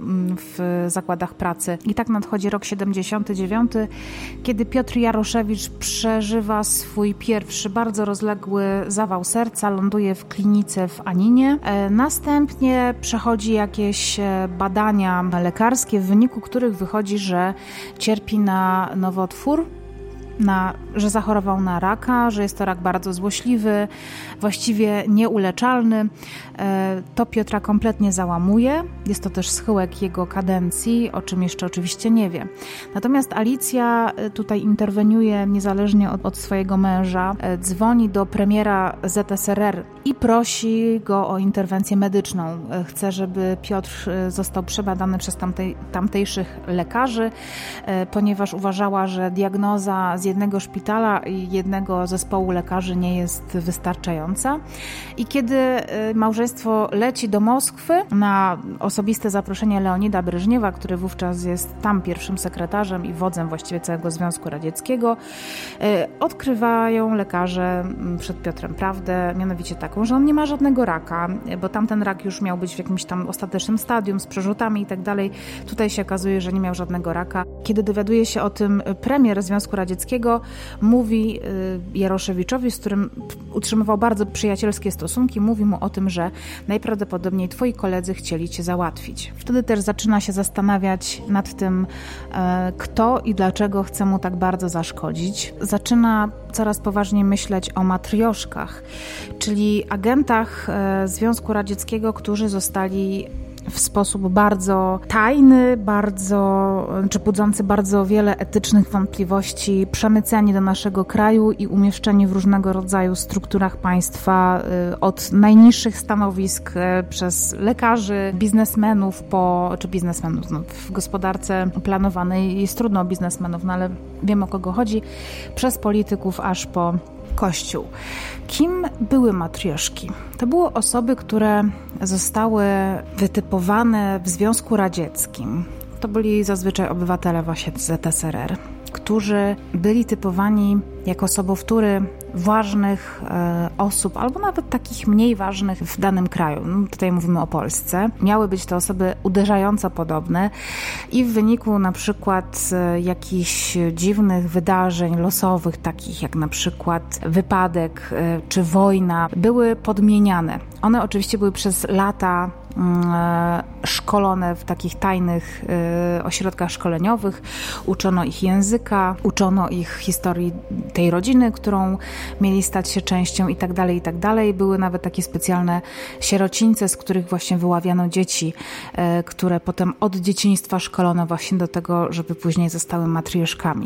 w zakładach pracy. I tak nadchodzi rok 79, kiedy Piotr Jaroszewicz przeżywa swój pierwszy bardzo rozległy zawał serca, ląduje w klinice w Aninie. Następnie przechodzi jakieś badania lekarskie, w wyniku których wychodzi, że cierpi na nowotwór, że zachorował na raka, że jest to rak bardzo złośliwy, właściwie nieuleczalny. To Piotra kompletnie załamuje. Jest to też schyłek jego kadencji, o czym jeszcze oczywiście nie wie. Natomiast Alicja tutaj interweniuje niezależnie od swojego męża, dzwoni do premiera ZSRR i prosi go o interwencję medyczną. Chce, żeby Piotr został przebadany przez tamtejszych lekarzy, ponieważ uważała, że diagnoza z jednego szpitala i jednego zespołu lekarzy nie jest wystarczająca. I kiedy małżeństwo leci do Moskwy na osobiste zaproszenie Leonida Breżniewa, który wówczas jest tam pierwszym sekretarzem i wodzem właściwie całego Związku Radzieckiego, odkrywają lekarze przed Piotrem prawdę, mianowicie taką, że on nie ma żadnego raka, bo tamten rak już miał być w jakimś tam ostatecznym stadium z przerzutami i tak dalej. Tutaj się okazuje, że nie miał żadnego raka. Kiedy dowiaduje się o tym premier Związku Radzieckiego, Radzieckiego, mówi Jaroszewiczowi, z którym utrzymywał bardzo przyjacielskie stosunki, mówi mu o tym, że najprawdopodobniej twoi koledzy chcieli cię załatwić. Wtedy też zaczyna się zastanawiać nad tym, kto i dlaczego chce mu tak bardzo zaszkodzić. Zaczyna coraz poważniej myśleć o matrioszkach, czyli agentach Związku Radzieckiego, którzy zostali w sposób bardzo tajny, czy budzący bardzo wiele etycznych wątpliwości, przemyceni do naszego kraju i umieszczeni w różnego rodzaju strukturach państwa, od najniższych stanowisk przez lekarzy, biznesmenów, w gospodarce planowanej jest trudno o biznesmenów, ale wiem, o kogo chodzi, przez polityków aż po Kościół. Kim były matrioszki? To były osoby, które zostały wytypowane w Związku Radzieckim. To byli zazwyczaj obywatele właśnie ZSRR, którzy byli typowani jako sobowtóry ważnych osób, albo nawet takich mniej ważnych w danym kraju. Tutaj mówimy o Polsce. Miały być to osoby uderzająco podobne i w wyniku na przykład jakichś dziwnych wydarzeń losowych, takich jak na przykład wypadek czy wojna, były podmieniane. One oczywiście były przez lata szkolone w takich tajnych ośrodkach szkoleniowych. Uczono ich języka, uczono ich historii tej rodziny, którą mieli stać się częścią i tak dalej. Były nawet takie specjalne sierocińce, z których właśnie wyławiano dzieci, które potem od dzieciństwa szkolono właśnie do tego, żeby później zostały matrioszkami.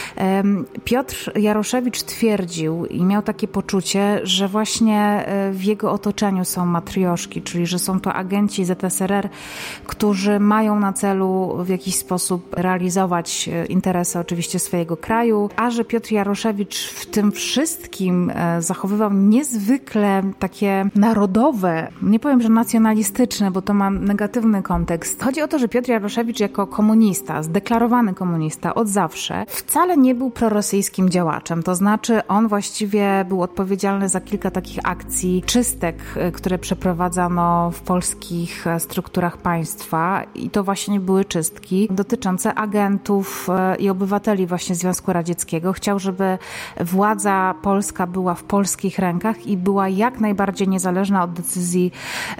Piotr Jaroszewicz twierdził i miał takie poczucie, że właśnie w jego otoczeniu są matrioszki, czyli że są to agenci ZSRR, którzy mają na celu w jakiś sposób realizować interesy oczywiście swojego kraju, a że Piotr Jaroszewicz w tym wszystkim zachowywał niezwykle takie narodowe, nie powiem, że nacjonalistyczne, bo to ma negatywny kontekst. Chodzi o to, że Piotr Jaroszewicz jako komunista, zdeklarowany komunista od zawsze, wcale nie był prorosyjskim działaczem. To znaczy on właściwie był odpowiedzialny za kilka takich akcji czystek, które przeprowadzano w polskich strukturach państwa i to właśnie były czystki dotyczące agentów i obywateli właśnie Związku Radzieckiego. Chciał, żeby władza polska była w polskich rękach i była jak najbardziej niezależna od decyzji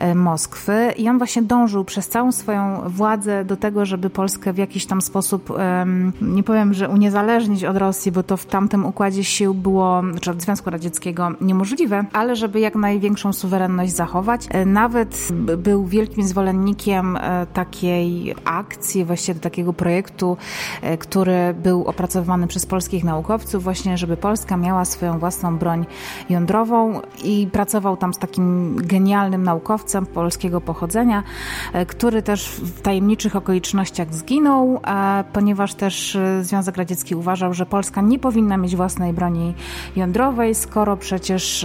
Moskwy i on właśnie dążył przez całą swoją władzę do tego, żeby Polskę w jakiś tam sposób, nie powiem, że uniezależnić od Rosji, bo to w tamtym układzie sił było, czy od Związku Radzieckiego niemożliwe, ale żeby jak największą suwerenność zachować. Nawet był wielkim zwolennikiem takiej akcji, właściwie takiego projektu, który był opracowany przez polskich naukowców, właśnie żeby Polska miała swoją własną broń jądrową i pracował tam z takim genialnym naukowcem polskiego pochodzenia, który też w tajemniczych okolicznościach zginął, ponieważ też Związek Radziecki uważał, że Polska nie powinna mieć własnej broni jądrowej, skoro przecież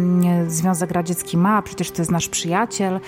Związek Radziecki ma, przecież to jest nasz przyjaciel,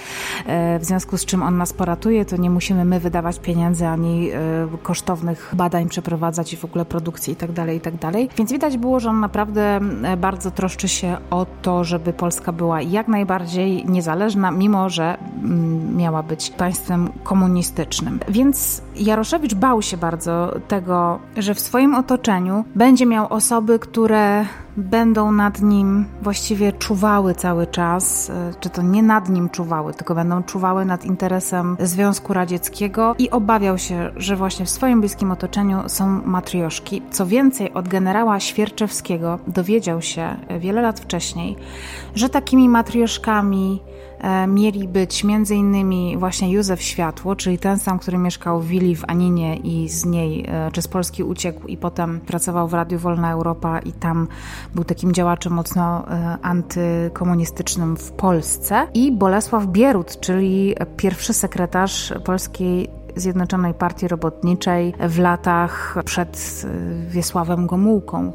w związku z czym on nas poratuje, to nie musimy my wydawać pieniędzy ani kosztownych badań przeprowadzać i w ogóle produkcji i tak dalej. Więc widać było, że on naprawdę bardzo troszczy się o to, żeby Polska była jak najbardziej niezależna, mimo że miała być państwem komunistycznym. Więc Jaroszewicz bał się bardzo tego, że w swoim otoczeniu będzie miał osoby, które będą nad nim właściwie czuwały cały czas, czy to nie nad nim czuwały, tylko będą czuwały nad interesem Związku Radzieckiego i obawiał się, że właśnie w swoim bliskim otoczeniu są matrioszki. Co więcej, od generała Świerczewskiego dowiedział się wiele lat wcześniej, że takimi matrioszkami mieli być m.in. właśnie Józef Światło, czyli ten sam, który mieszkał w willi w Aninie i z niej, czy z Polski uciekł i potem pracował w Radiu Wolna Europa i tam był takim działaczem mocno antykomunistycznym w Polsce, i Bolesław Bierut, czyli pierwszy sekretarz Polskiej Zjednoczonej Partii Robotniczej w latach przed Wiesławem Gomułką.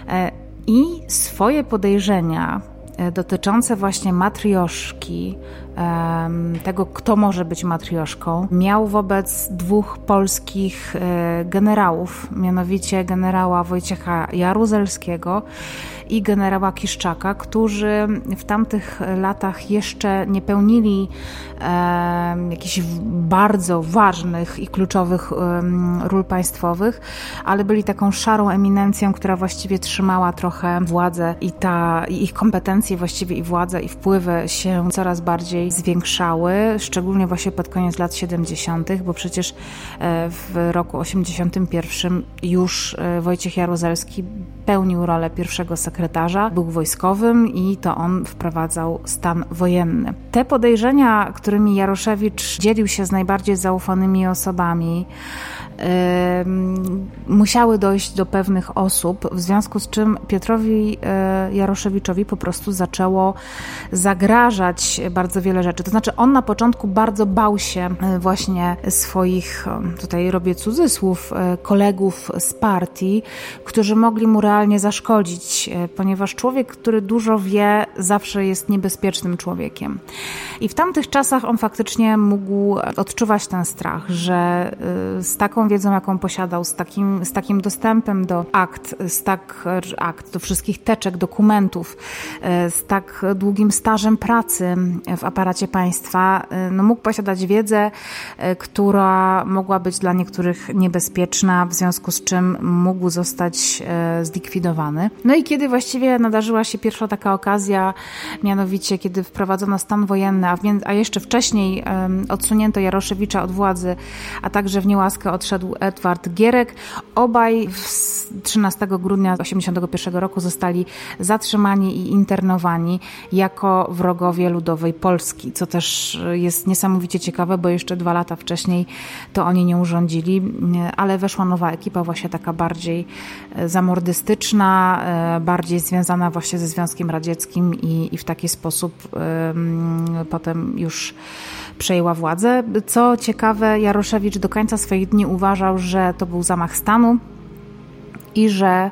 I swoje podejrzenia dotyczące właśnie matrioszki tego, kto może być matrioszką, miał wobec dwóch polskich generałów, mianowicie generała Wojciecha Jaruzelskiego i generała Kiszczaka, którzy w tamtych latach jeszcze nie pełnili jakichś bardzo ważnych i kluczowych ról państwowych, ale byli taką szarą eminencją, która właściwie trzymała trochę władzę i ich kompetencje właściwie i władza i wpływy się coraz bardziej zwiększały, szczególnie właśnie pod koniec lat 70., bo przecież w roku 81 już Wojciech Jaruzelski pełnił rolę pierwszego sekretarza, był wojskowym i to on wprowadzał stan wojenny. Te podejrzenia, którymi Jaroszewicz dzielił się z najbardziej zaufanymi osobami, musiały dojść do pewnych osób, w związku z czym Piotrowi Jaroszewiczowi po prostu zaczęło zagrażać bardzo wiele rzeczy. To znaczy on na początku bardzo bał się właśnie swoich, tutaj robię cudzysłów, kolegów z partii, którzy mogli mu realnie zaszkodzić, ponieważ człowiek, który dużo wie, zawsze jest niebezpiecznym człowiekiem. I w tamtych czasach on faktycznie mógł odczuwać ten strach, że z taką wiedzą, jaką posiadał, z takim dostępem do akt, do wszystkich teczek, dokumentów, z tak długim stażem pracy w aparacie państwa, no mógł posiadać wiedzę, która mogła być dla niektórych niebezpieczna, w związku z czym mógł zostać zlikwidowany. No i kiedy właściwie nadarzyła się pierwsza taka okazja, mianowicie kiedy wprowadzono stan wojenny, a jeszcze wcześniej odsunięto Jaroszewicza od władzy, a także w niełaskę odszedł Edward Gierek. Obaj 13 grudnia 1981 roku zostali zatrzymani i internowani jako wrogowie ludowej Polski, co też jest niesamowicie ciekawe, bo jeszcze 2 lata wcześniej to oni nie urządzili, ale weszła nowa ekipa, właśnie taka bardziej zamordystyczna, bardziej związana właśnie ze Związkiem Radzieckim i w taki sposób potem już przejęła władzę. Co ciekawe, Jaroszewicz do końca swoich dni uważał, że to był zamach stanu i że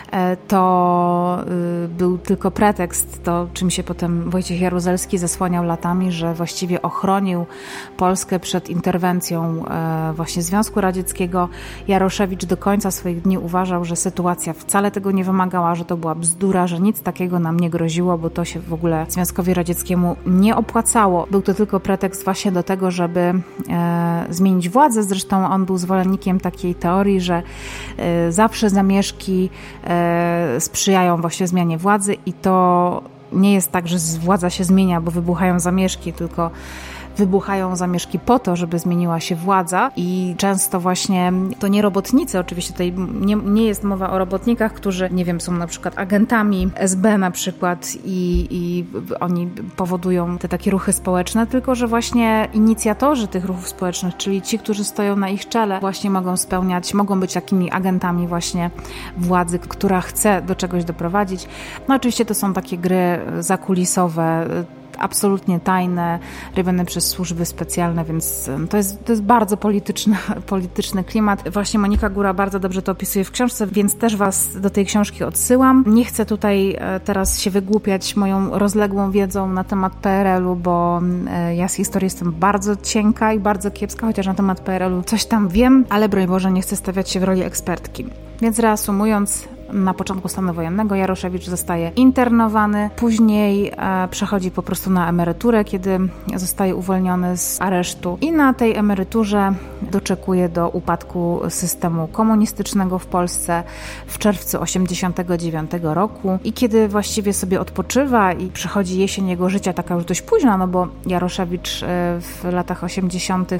to był tylko pretekst, to czym się potem Wojciech Jaruzelski zasłaniał latami, że właściwie ochronił Polskę przed interwencją właśnie Związku Radzieckiego. Jaroszewicz do końca swoich dni uważał, że sytuacja wcale tego nie wymagała, że to była bzdura, że nic takiego nam nie groziło, bo to się w ogóle Związkowi Radzieckiemu nie opłacało. Był to tylko pretekst właśnie do tego, żeby zmienić władzę. Zresztą on był zwolennikiem takiej teorii, że zawsze zamieszki sprzyjają właśnie zmianie władzy i to nie jest tak, że władza się zmienia, bo wybuchają zamieszki, tylko wybuchają zamieszki po to, żeby zmieniła się władza i często właśnie to nie robotnicy, oczywiście tutaj nie jest mowa o robotnikach, którzy, nie wiem, są na przykład agentami SB na przykład i oni powodują te takie ruchy społeczne, tylko że właśnie inicjatorzy tych ruchów społecznych, czyli ci, którzy stoją na ich czele, właśnie mogą być takimi agentami właśnie władzy, która chce do czegoś doprowadzić. No oczywiście to są takie gry zakulisowe, absolutnie tajne, robione przez służby specjalne, więc to jest bardzo polityczny klimat. Właśnie Monika Góra bardzo dobrze to opisuje w książce, więc też Was do tej książki odsyłam. Nie chcę tutaj teraz się wygłupiać moją rozległą wiedzą na temat PRL-u, bo ja z historii jestem bardzo cienka i bardzo kiepska, chociaż na temat PRL-u coś tam wiem, ale broń Boże, nie chcę stawiać się w roli ekspertki. Więc reasumując, na początku stanu wojennego Jaroszewicz zostaje internowany, później przechodzi po prostu na emeryturę, kiedy zostaje uwolniony z aresztu i na tej emeryturze doczekuje do upadku systemu komunistycznego w Polsce w czerwcu 1989 roku i kiedy właściwie sobie odpoczywa i przychodzi jesień jego życia, taka już dość późna, no bo Jaroszewicz w latach 80.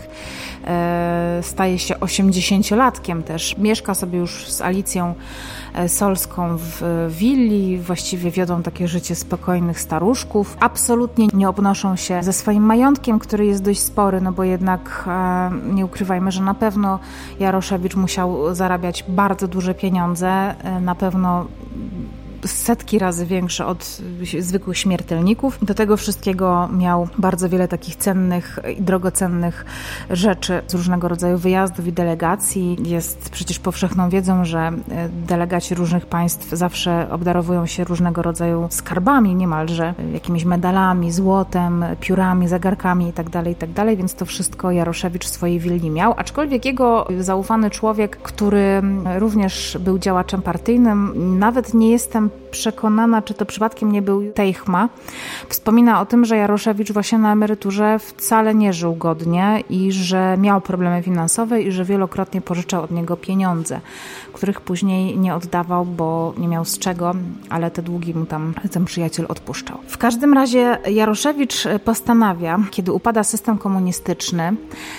staje się 80-latkiem też. Mieszka sobie już z Alicją Solską w willi, właściwie wiodą takie życie spokojnych staruszków. Absolutnie nie obnoszą się ze swoim majątkiem, który jest dość spory, no bo jednak nie ukrywajmy, że na pewno Jaroszewicz musiał zarabiać bardzo duże pieniądze, na pewno setki razy większy od zwykłych śmiertelników. Do tego wszystkiego miał bardzo wiele takich cennych i drogocennych rzeczy z różnego rodzaju wyjazdów i delegacji. Jest przecież powszechną wiedzą, że delegaci różnych państw zawsze obdarowują się różnego rodzaju skarbami niemalże, jakimiś medalami, złotem, piórami, zegarkami itd., więc to wszystko Jaroszewicz w swojej willi miał, aczkolwiek jego zaufany człowiek, który również był działaczem partyjnym, nawet nie jestem przekonana, czy to przypadkiem nie był Teichma, wspomina o tym, że Jaroszewicz właśnie na emeryturze wcale nie żył godnie i że miał problemy finansowe i że wielokrotnie pożyczał od niego pieniądze, których później nie oddawał, bo nie miał z czego, ale te długi mu tam ten przyjaciel odpuszczał. W każdym razie Jaroszewicz postanawia, kiedy upada system komunistyczny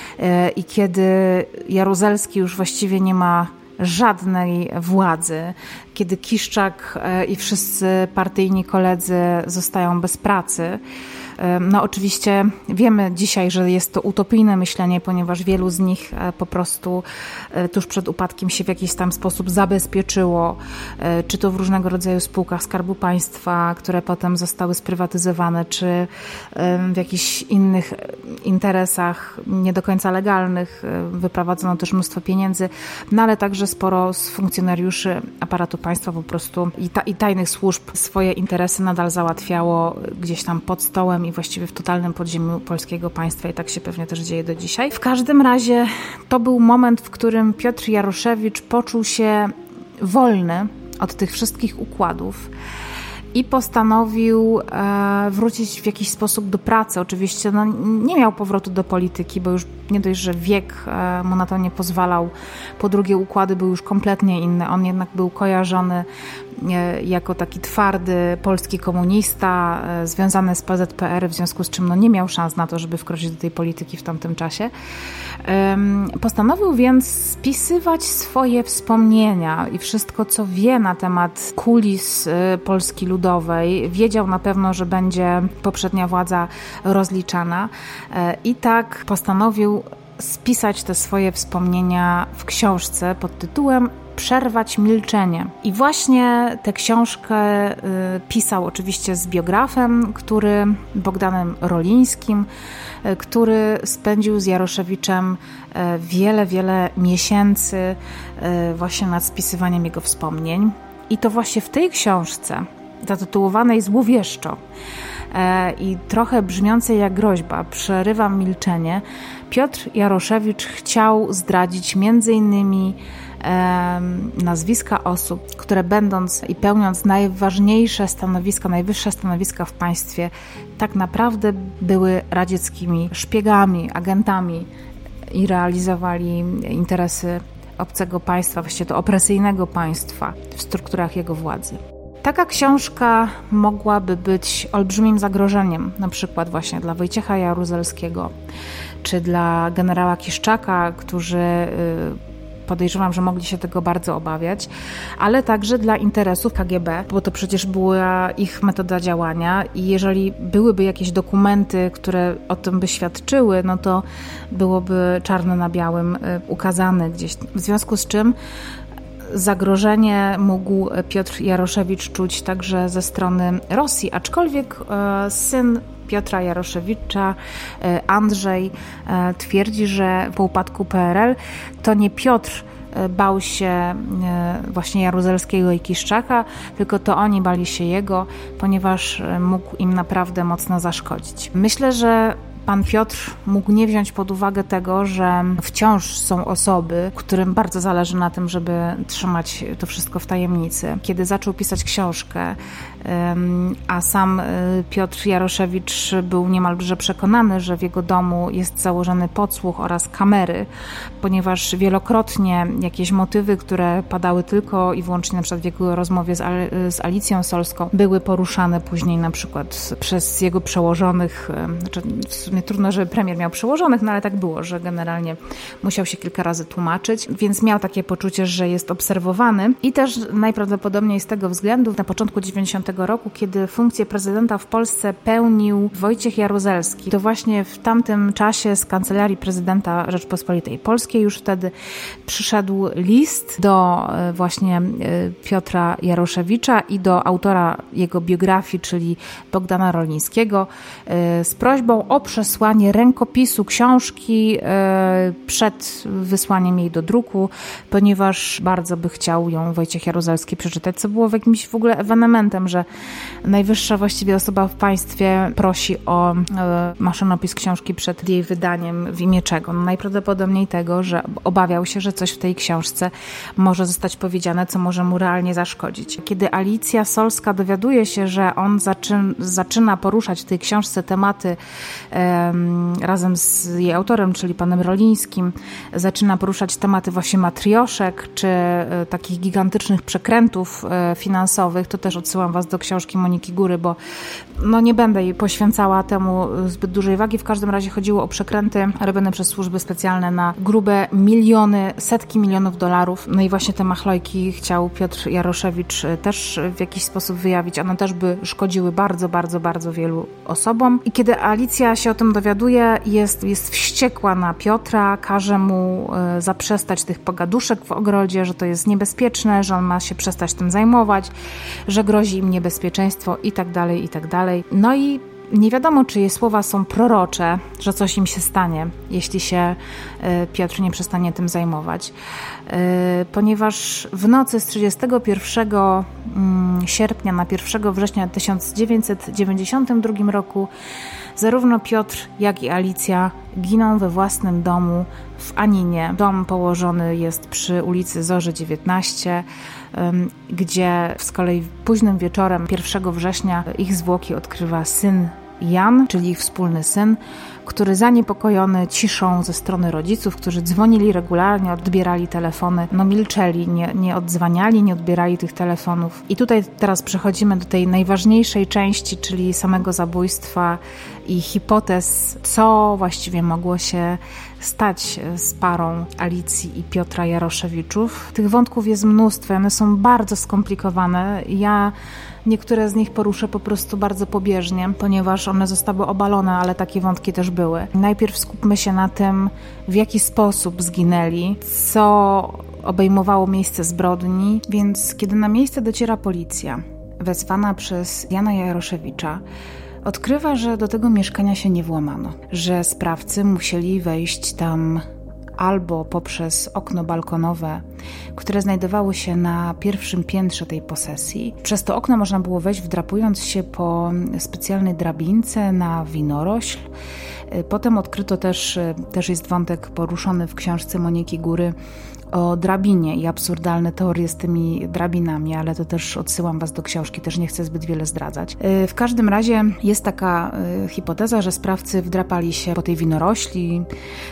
i kiedy Jaruzelski już właściwie nie ma żadnej władzy, kiedy Kiszczak i wszyscy partyjni koledzy zostają bez pracy. No oczywiście wiemy dzisiaj, że jest to utopijne myślenie, ponieważ wielu z nich po prostu tuż przed upadkiem się w jakiś tam sposób zabezpieczyło, czy to w różnego rodzaju spółkach Skarbu Państwa, które potem zostały sprywatyzowane, czy w jakichś innych interesach nie do końca legalnych wyprowadzono też mnóstwo pieniędzy, no ale także sporo z funkcjonariuszy aparatu państwa po prostu i tajnych służb swoje interesy nadal załatwiało gdzieś tam pod stołem i właściwie w totalnym podziemiu polskiego państwa i tak się pewnie też dzieje do dzisiaj. W każdym razie to był moment, w którym Piotr Jaroszewicz poczuł się wolny od tych wszystkich układów i postanowił wrócić w jakiś sposób do pracy. Oczywiście nie miał powrotu do polityki, bo już nie dość, że wiek mu na to nie pozwalał. Po drugie, układy były już kompletnie inne. On jednak był kojarzony jako taki twardy polski komunista, związany z PZPR, w związku z czym nie miał szans na to, żeby wkroczyć do tej polityki w tamtym czasie. Postanowił więc spisywać swoje wspomnienia i wszystko, co wie na temat kulis Polski Ludowej. Wiedział na pewno, że będzie poprzednia władza rozliczana i tak postanowił spisać te swoje wspomnienia w książce pod tytułem Przerwać milczenie. I właśnie tę książkę pisał oczywiście z biografem, Bogdanem Rolińskim, który spędził z Jaroszewiczem wiele miesięcy właśnie nad spisywaniem jego wspomnień. I to właśnie w tej książce, zatytułowanej Złowieszczo i trochę brzmiącej jak groźba, Przerywam milczenie, Piotr Jaroszewicz chciał zdradzić m.in. nazwiska osób, które będąc i pełniąc najwyższe stanowiska w państwie, tak naprawdę były radzieckimi szpiegami, agentami i realizowali interesy obcego państwa, właściwie to opresyjnego państwa w strukturach jego władzy. Taka książka mogłaby być olbrzymim zagrożeniem, na przykład właśnie dla Wojciecha Jaruzelskiego, czy dla generała Kiszczaka, którzy podejrzewam, że mogli się tego bardzo obawiać, ale także dla interesów KGB, bo to przecież była ich metoda działania i jeżeli byłyby jakieś dokumenty, które o tym by świadczyły, no to byłoby czarno na białym ukazane gdzieś. W związku z czym zagrożenie mógł Piotr Jaroszewicz czuć także ze strony Rosji, aczkolwiek syn Piotra Jaroszewicza, Andrzej, twierdzi, że po upadku PRL to nie Piotr bał się właśnie Jaruzelskiego i Kiszczaka, tylko to oni bali się jego, ponieważ mógł im naprawdę mocno zaszkodzić. Myślę, że pan Piotr mógł nie wziąć pod uwagę tego, że wciąż są osoby, którym bardzo zależy na tym, żeby trzymać to wszystko w tajemnicy. Kiedy zaczął pisać książkę, a sam Piotr Jaroszewicz był niemalże przekonany, że w jego domu jest założony podsłuch oraz kamery, ponieważ wielokrotnie jakieś motywy, które padały tylko i wyłącznie na przykład w jego rozmowie z Alicją Solską, były poruszane później na przykład przez jego przełożonych, znaczy w sumie sumie trudno, żeby premier miał przełożonych, no ale tak było, że generalnie musiał się kilka razy tłumaczyć, więc miał takie poczucie, że jest obserwowany i też najprawdopodobniej z tego względu na początku 90 roku, kiedy funkcję prezydenta w Polsce pełnił Wojciech Jaruzelski, to właśnie w tamtym czasie z Kancelarii Prezydenta Rzeczpospolitej Polskiej już wtedy przyszedł list do właśnie Piotra Jaroszewicza i do autora jego biografii, czyli Bogdana Rolnińskiego, z prośbą o przesłanie rękopisu książki przed wysłaniem jej do druku, ponieważ bardzo by chciał ją Wojciech Jaruzelski przeczytać, co było jakimś w ogóle ewenementem, że najwyższa właściwie osoba w państwie prosi o maszynopis książki przed jej wydaniem w imię czego? No najprawdopodobniej tego, że obawiał się, że coś w tej książce może zostać powiedziane, co może mu realnie zaszkodzić. Kiedy Alicja Solska dowiaduje się, że on zaczyna poruszać w tej książce tematy razem z jej autorem, czyli panem Rolińskim, zaczyna poruszać tematy właśnie matrioszek, czy takich gigantycznych przekrętów finansowych, to też odsyłam was do książki Moniki Góry, bo no nie będę jej poświęcała temu zbyt dużej wagi. W każdym razie chodziło o przekręty robione przez służby specjalne na grube miliony, setki milionów dolarów. No i właśnie te machlojki chciał Piotr Jaroszewicz też w jakiś sposób wyjawić. One też by szkodziły bardzo, bardzo, bardzo wielu osobom. I kiedy Alicja się o tym dowiaduje, jest wściekła na Piotra, każe mu zaprzestać tych pogaduszek w ogrodzie, że to jest niebezpieczne, że on ma się przestać tym zajmować, że grozi im niebezpieczeństwo i tak dalej, i tak dalej. No i nie wiadomo, czy jej słowa są prorocze, że coś im się stanie, jeśli się Piotr nie przestanie tym zajmować. Ponieważ w nocy z 31 sierpnia na 1 września 1992 roku zarówno Piotr, jak i Alicja giną we własnym domu w Aninie. Dom położony jest przy ulicy Zorzy 19, gdzie z kolei późnym wieczorem 1 września ich zwłoki odkrywa syn Jan, czyli ich wspólny syn, który zaniepokojony ciszą ze strony rodziców, którzy dzwonili regularnie, odbierali telefony, no milczeli, nie odzwaniali, nie odbierali tych telefonów. I tutaj teraz przechodzimy do tej najważniejszej części, czyli samego zabójstwa i hipotez, co właściwie mogło się stać z parą Alicji i Piotra Jaroszewiczów. Tych wątków jest mnóstwo, one są bardzo skomplikowane. Ja niektóre z nich poruszę po prostu bardzo pobieżnie, ponieważ one zostały obalone, ale takie wątki też były. Najpierw skupmy się na tym, w jaki sposób zginęli, co obejmowało miejsce zbrodni. Więc kiedy na miejsce dociera policja, wezwana przez Jana Jaroszewicza, odkrywa, że do tego mieszkania się nie włamano, że sprawcy musieli wejść tam albo poprzez okno balkonowe, które znajdowało się na pierwszym piętrze tej posesji. Przez to okno można było wejść, wdrapując się po specjalnej drabince na winorośl. Potem odkryto też jest wątek poruszony w książce Moniki Góry o drabinie i absurdalne teorie z tymi drabinami, ale to też odsyłam was do książki, też nie chcę zbyt wiele zdradzać. W każdym razie jest taka hipoteza, że sprawcy wdrapali się po tej winorośli,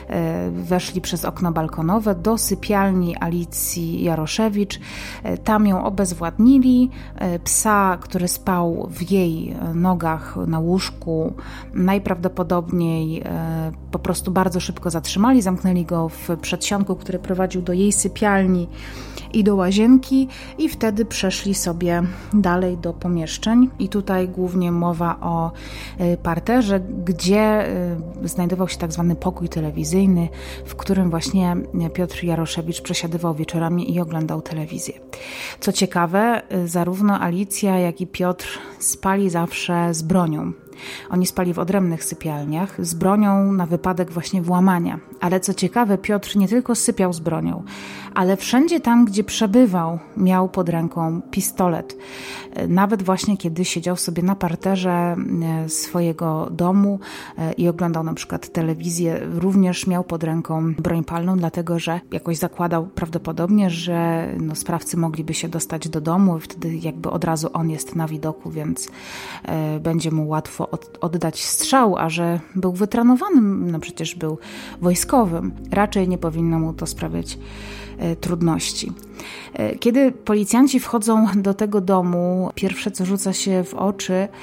weszli przez okno balkonowe do sypialni Alicji Jaroszewicz, tam ją obezwładnili, psa, który spał w jej nogach na łóżku, najprawdopodobniej po prostu bardzo szybko zatrzymali, zamknęli go w przedsionku, który prowadził do jej sypialni i do łazienki i wtedy przeszli sobie dalej do pomieszczeń. I tutaj głównie mowa o parterze, gdzie znajdował się tak zwany pokój telewizyjny, w którym właśnie Piotr Jaroszewicz przesiadywał wieczorami i oglądał telewizję. Co ciekawe, zarówno Alicja, jak i Piotr spali zawsze z bronią. Oni spali w odrębnych sypialniach z bronią na wypadek właśnie włamania. Ale co ciekawe, Piotr nie tylko sypiał z bronią, ale wszędzie tam, gdzie przebywał, miał pod ręką pistolet. Nawet właśnie kiedy siedział sobie na parterze swojego domu i oglądał na przykład telewizję, również miał pod ręką broń palną, dlatego że jakoś zakładał prawdopodobnie, że sprawcy mogliby się dostać do domu i wtedy jakby od razu on jest na widoku, więc będzie mu łatwo oddać strzał, a że był wytrenowanym, przecież był wojskowym, raczej nie powinno mu to sprawiać trudności. Kiedy policjanci wchodzą do tego domu, pierwsze co rzuca się w oczy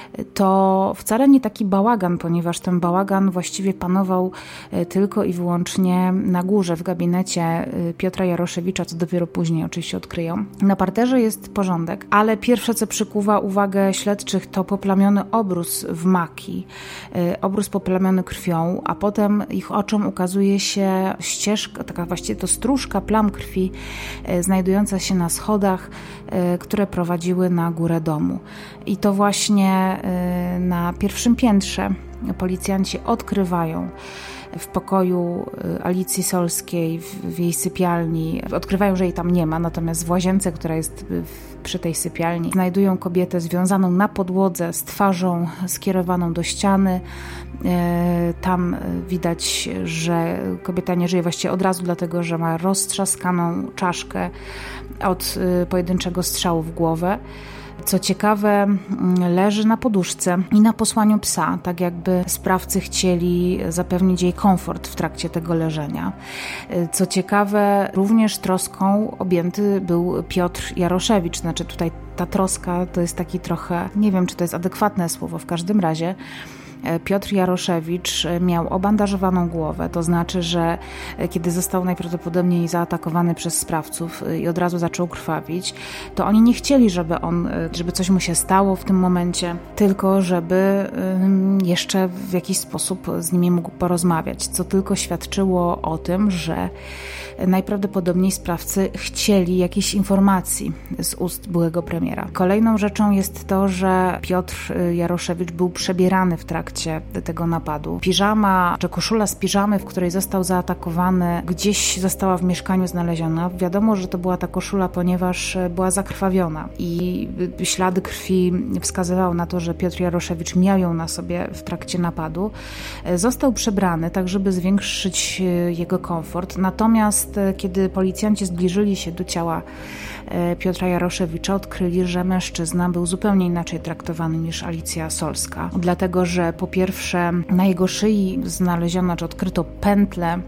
to wcale nie taki bałagan, ponieważ ten bałagan właściwie panował tylko i wyłącznie na górze, w gabinecie Piotra Jaroszewicza, co dopiero później oczywiście odkryją. Na parterze jest porządek, ale pierwsze, co przykuwa uwagę śledczych, to poplamiony obrus w maki, obrus poplamiony krwią, a potem ich oczom ukazuje się ścieżka, taka właściwie to stróżka plam krwi znajdująca się na schodach, które prowadziły na górę domu. I to właśnie na pierwszym piętrze policjanci odkrywają w pokoju Alicji Solskiej, w jej sypialni. Odkrywają, że jej tam nie ma, natomiast w łazience, która jest przy tej sypialni, znajdują kobietę związaną na podłodze z twarzą skierowaną do ściany. Tam widać, że kobieta nie żyje właściwie od razu, dlatego że ma roztrzaskaną czaszkę od pojedynczego strzału w głowę. Co ciekawe, leży na poduszce i na posłaniu psa, tak jakby sprawcy chcieli zapewnić jej komfort w trakcie tego leżenia. Co ciekawe, również troską objęty był Piotr Jaroszewicz, znaczy tutaj ta troska to jest taki trochę, nie wiem, czy to jest adekwatne słowo, w każdym razie Piotr Jaroszewicz miał obandażowaną głowę, to znaczy, że kiedy został najprawdopodobniej zaatakowany przez sprawców i od razu zaczął krwawić, to oni nie chcieli, żeby coś mu się stało w tym momencie, tylko żeby jeszcze w jakiś sposób z nimi mógł porozmawiać, co tylko świadczyło o tym, że najprawdopodobniej sprawcy chcieli jakiejś informacji z ust byłego premiera. Kolejną rzeczą jest to, że Piotr Jaroszewicz był przebierany w trakcie tego napadu. Piżama, czy koszula z piżamy, w której został zaatakowany, gdzieś została w mieszkaniu znaleziona. Wiadomo, że to była ta koszula, ponieważ była zakrwawiona i ślady krwi wskazywały na to, że Piotr Jaroszewicz miał ją na sobie w trakcie napadu. Został przebrany, tak żeby zwiększyć jego komfort. Natomiast kiedy policjanci zbliżyli się do ciała Piotra Jaroszewicza, odkryli, że mężczyzna był zupełnie inaczej traktowany niż Alicja Solska. Dlatego, że po pierwsze na jego szyi znaleziono, czy odkryto pętlę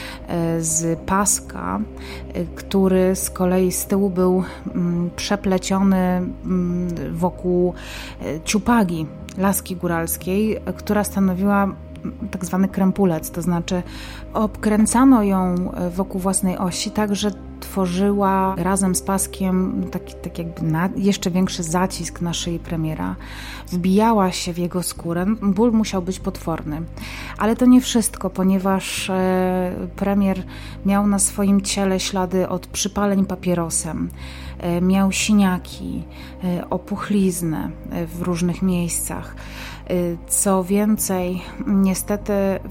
z paska, który z kolei z tyłu był przepleciony wokół ciupagi laski góralskiej, która stanowiła tak zwany krępulec, to znaczy obkręcano ją wokół własnej osi, tak że tworzyła razem z paskiem tak jakby jeszcze większy zacisk na szyi premiera. Wbijała się w jego skórę. Ból musiał być potworny. Ale to nie wszystko, ponieważ premier miał na swoim ciele ślady od przypaleń papierosem. Miał siniaki, opuchliznę w różnych miejscach. Co więcej, niestety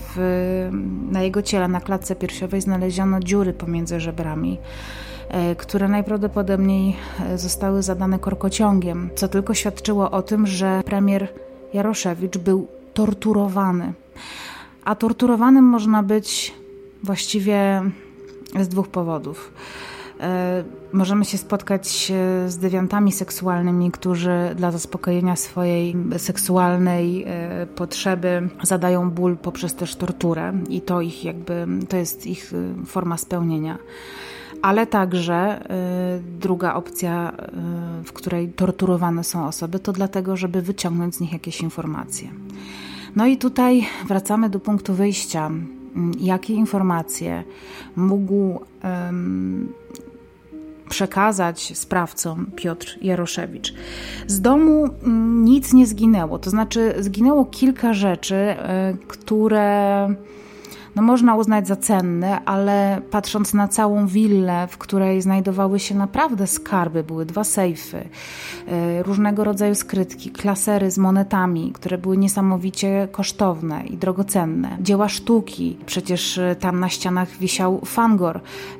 na jego ciele, na klatce piersiowej znaleziono dziury pomiędzy żebrami, które najprawdopodobniej zostały zadane korkociągiem, co tylko świadczyło o tym, że premier Jaroszewicz był torturowany. A torturowanym można być właściwie z dwóch powodów. Możemy się spotkać z dewiantami seksualnymi, którzy dla zaspokojenia swojej seksualnej potrzeby zadają ból poprzez też torturę i to jest ich forma spełnienia. Ale także druga opcja, w której torturowane są osoby, to dlatego, żeby wyciągnąć z nich jakieś informacje. No i tutaj wracamy do punktu wyjścia. Jakie informacje mógł przekazać sprawcom Piotr Jaroszewicz? Z domu nic nie zginęło, to znaczy zginęło kilka rzeczy, które można uznać za cenne, ale patrząc na całą willę, w której znajdowały się naprawdę skarby, były 2 sejfy, różnego rodzaju skrytki, klasery z monetami, które były niesamowicie kosztowne i drogocenne, dzieła sztuki, przecież tam na ścianach wisiał Fangor,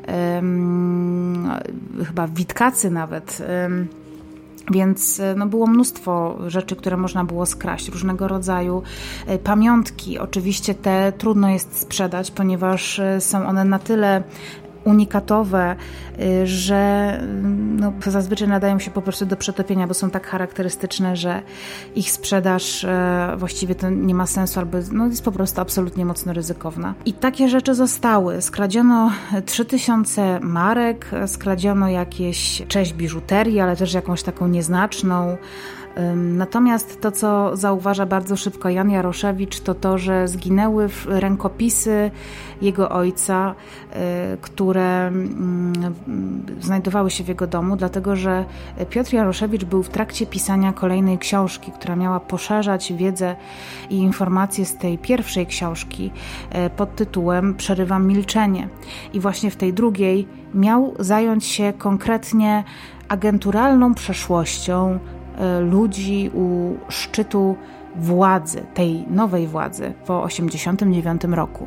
chyba Witkacy nawet, więc było mnóstwo rzeczy, które można było skraść, różnego rodzaju pamiątki. Oczywiście te trudno jest sprzedać, ponieważ są one na tyle unikatowe, że zazwyczaj nadają się po prostu do przetopienia, bo są tak charakterystyczne, że ich sprzedaż właściwie to nie ma sensu, albo jest po prostu absolutnie mocno ryzykowna. I takie rzeczy zostały. Skradziono 3000 marek, skradziono część biżuterii, ale też jakąś taką nieznaczną. Natomiast to, co zauważa bardzo szybko Jan Jaroszewicz, to to, że zginęły rękopisy jego ojca, które znajdowały się w jego domu, dlatego że Piotr Jaroszewicz był w trakcie pisania kolejnej książki, która miała poszerzać wiedzę i informacje z tej pierwszej książki pod tytułem Przerywam milczenie. I właśnie w tej drugiej miał zająć się konkretnie agenturalną przeszłością ludzi u szczytu władzy, tej nowej władzy po 1989 roku.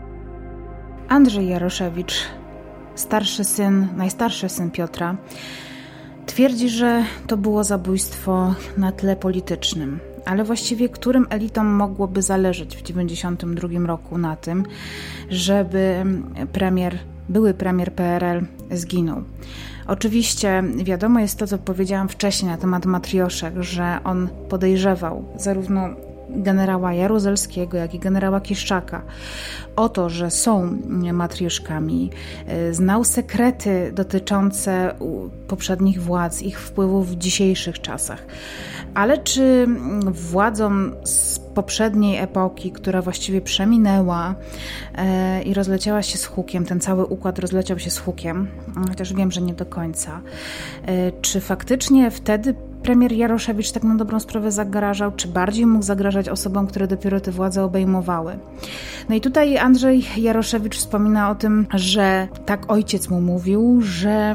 Andrzej Jaroszewicz, najstarszy syn Piotra, twierdzi, że to było zabójstwo na tle politycznym. Ale właściwie którym elitom mogłoby zależeć w 1992 roku na tym, żeby były premier PRL zginął? Oczywiście wiadomo jest to, co powiedziałam wcześniej na temat matrioszek, że on podejrzewał zarówno generała Jaruzelskiego, jak i generała Kiszczaka o to, że są matrioszkami. Znał sekrety dotyczące poprzednich władz, ich wpływów w dzisiejszych czasach. Ale czy władzom z poprzedniej epoki, która właściwie przeminęła i rozleciała się z hukiem, ten cały układ rozleciał się z hukiem, chociaż wiem, że nie do końca, czy faktycznie wtedy premier Jaroszewicz tak na dobrą sprawę zagrażał, czy bardziej mógł zagrażać osobom, które dopiero tę władzę obejmowały? No i tutaj Andrzej Jaroszewicz wspomina o tym, że tak ojciec mu mówił, że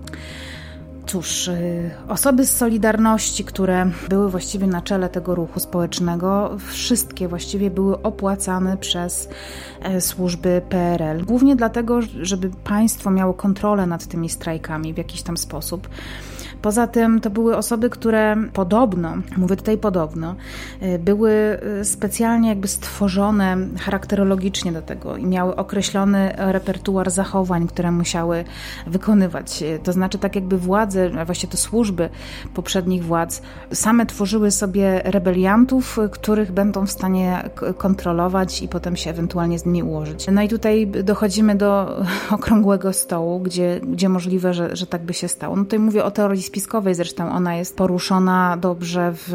cóż, osoby z Solidarności, które były właściwie na czele tego ruchu społecznego, wszystkie właściwie były opłacane przez służby PRL. Głównie dlatego, żeby państwo miało kontrolę nad tymi strajkami w jakiś tam sposób. Poza tym to były osoby, które podobno, mówię tutaj podobno, były specjalnie jakby stworzone charakterologicznie do tego i miały określony repertuar zachowań, które musiały wykonywać. To znaczy tak jakby władze, a właściwie to służby poprzednich władz same tworzyły sobie rebeliantów, których będą w stanie kontrolować i potem się ewentualnie z nimi ułożyć. No i tutaj dochodzimy do okrągłego stołu, gdzie możliwe, że tak by się stało. No tutaj mówię o teorii spiskowej, zresztą ona jest poruszona dobrze w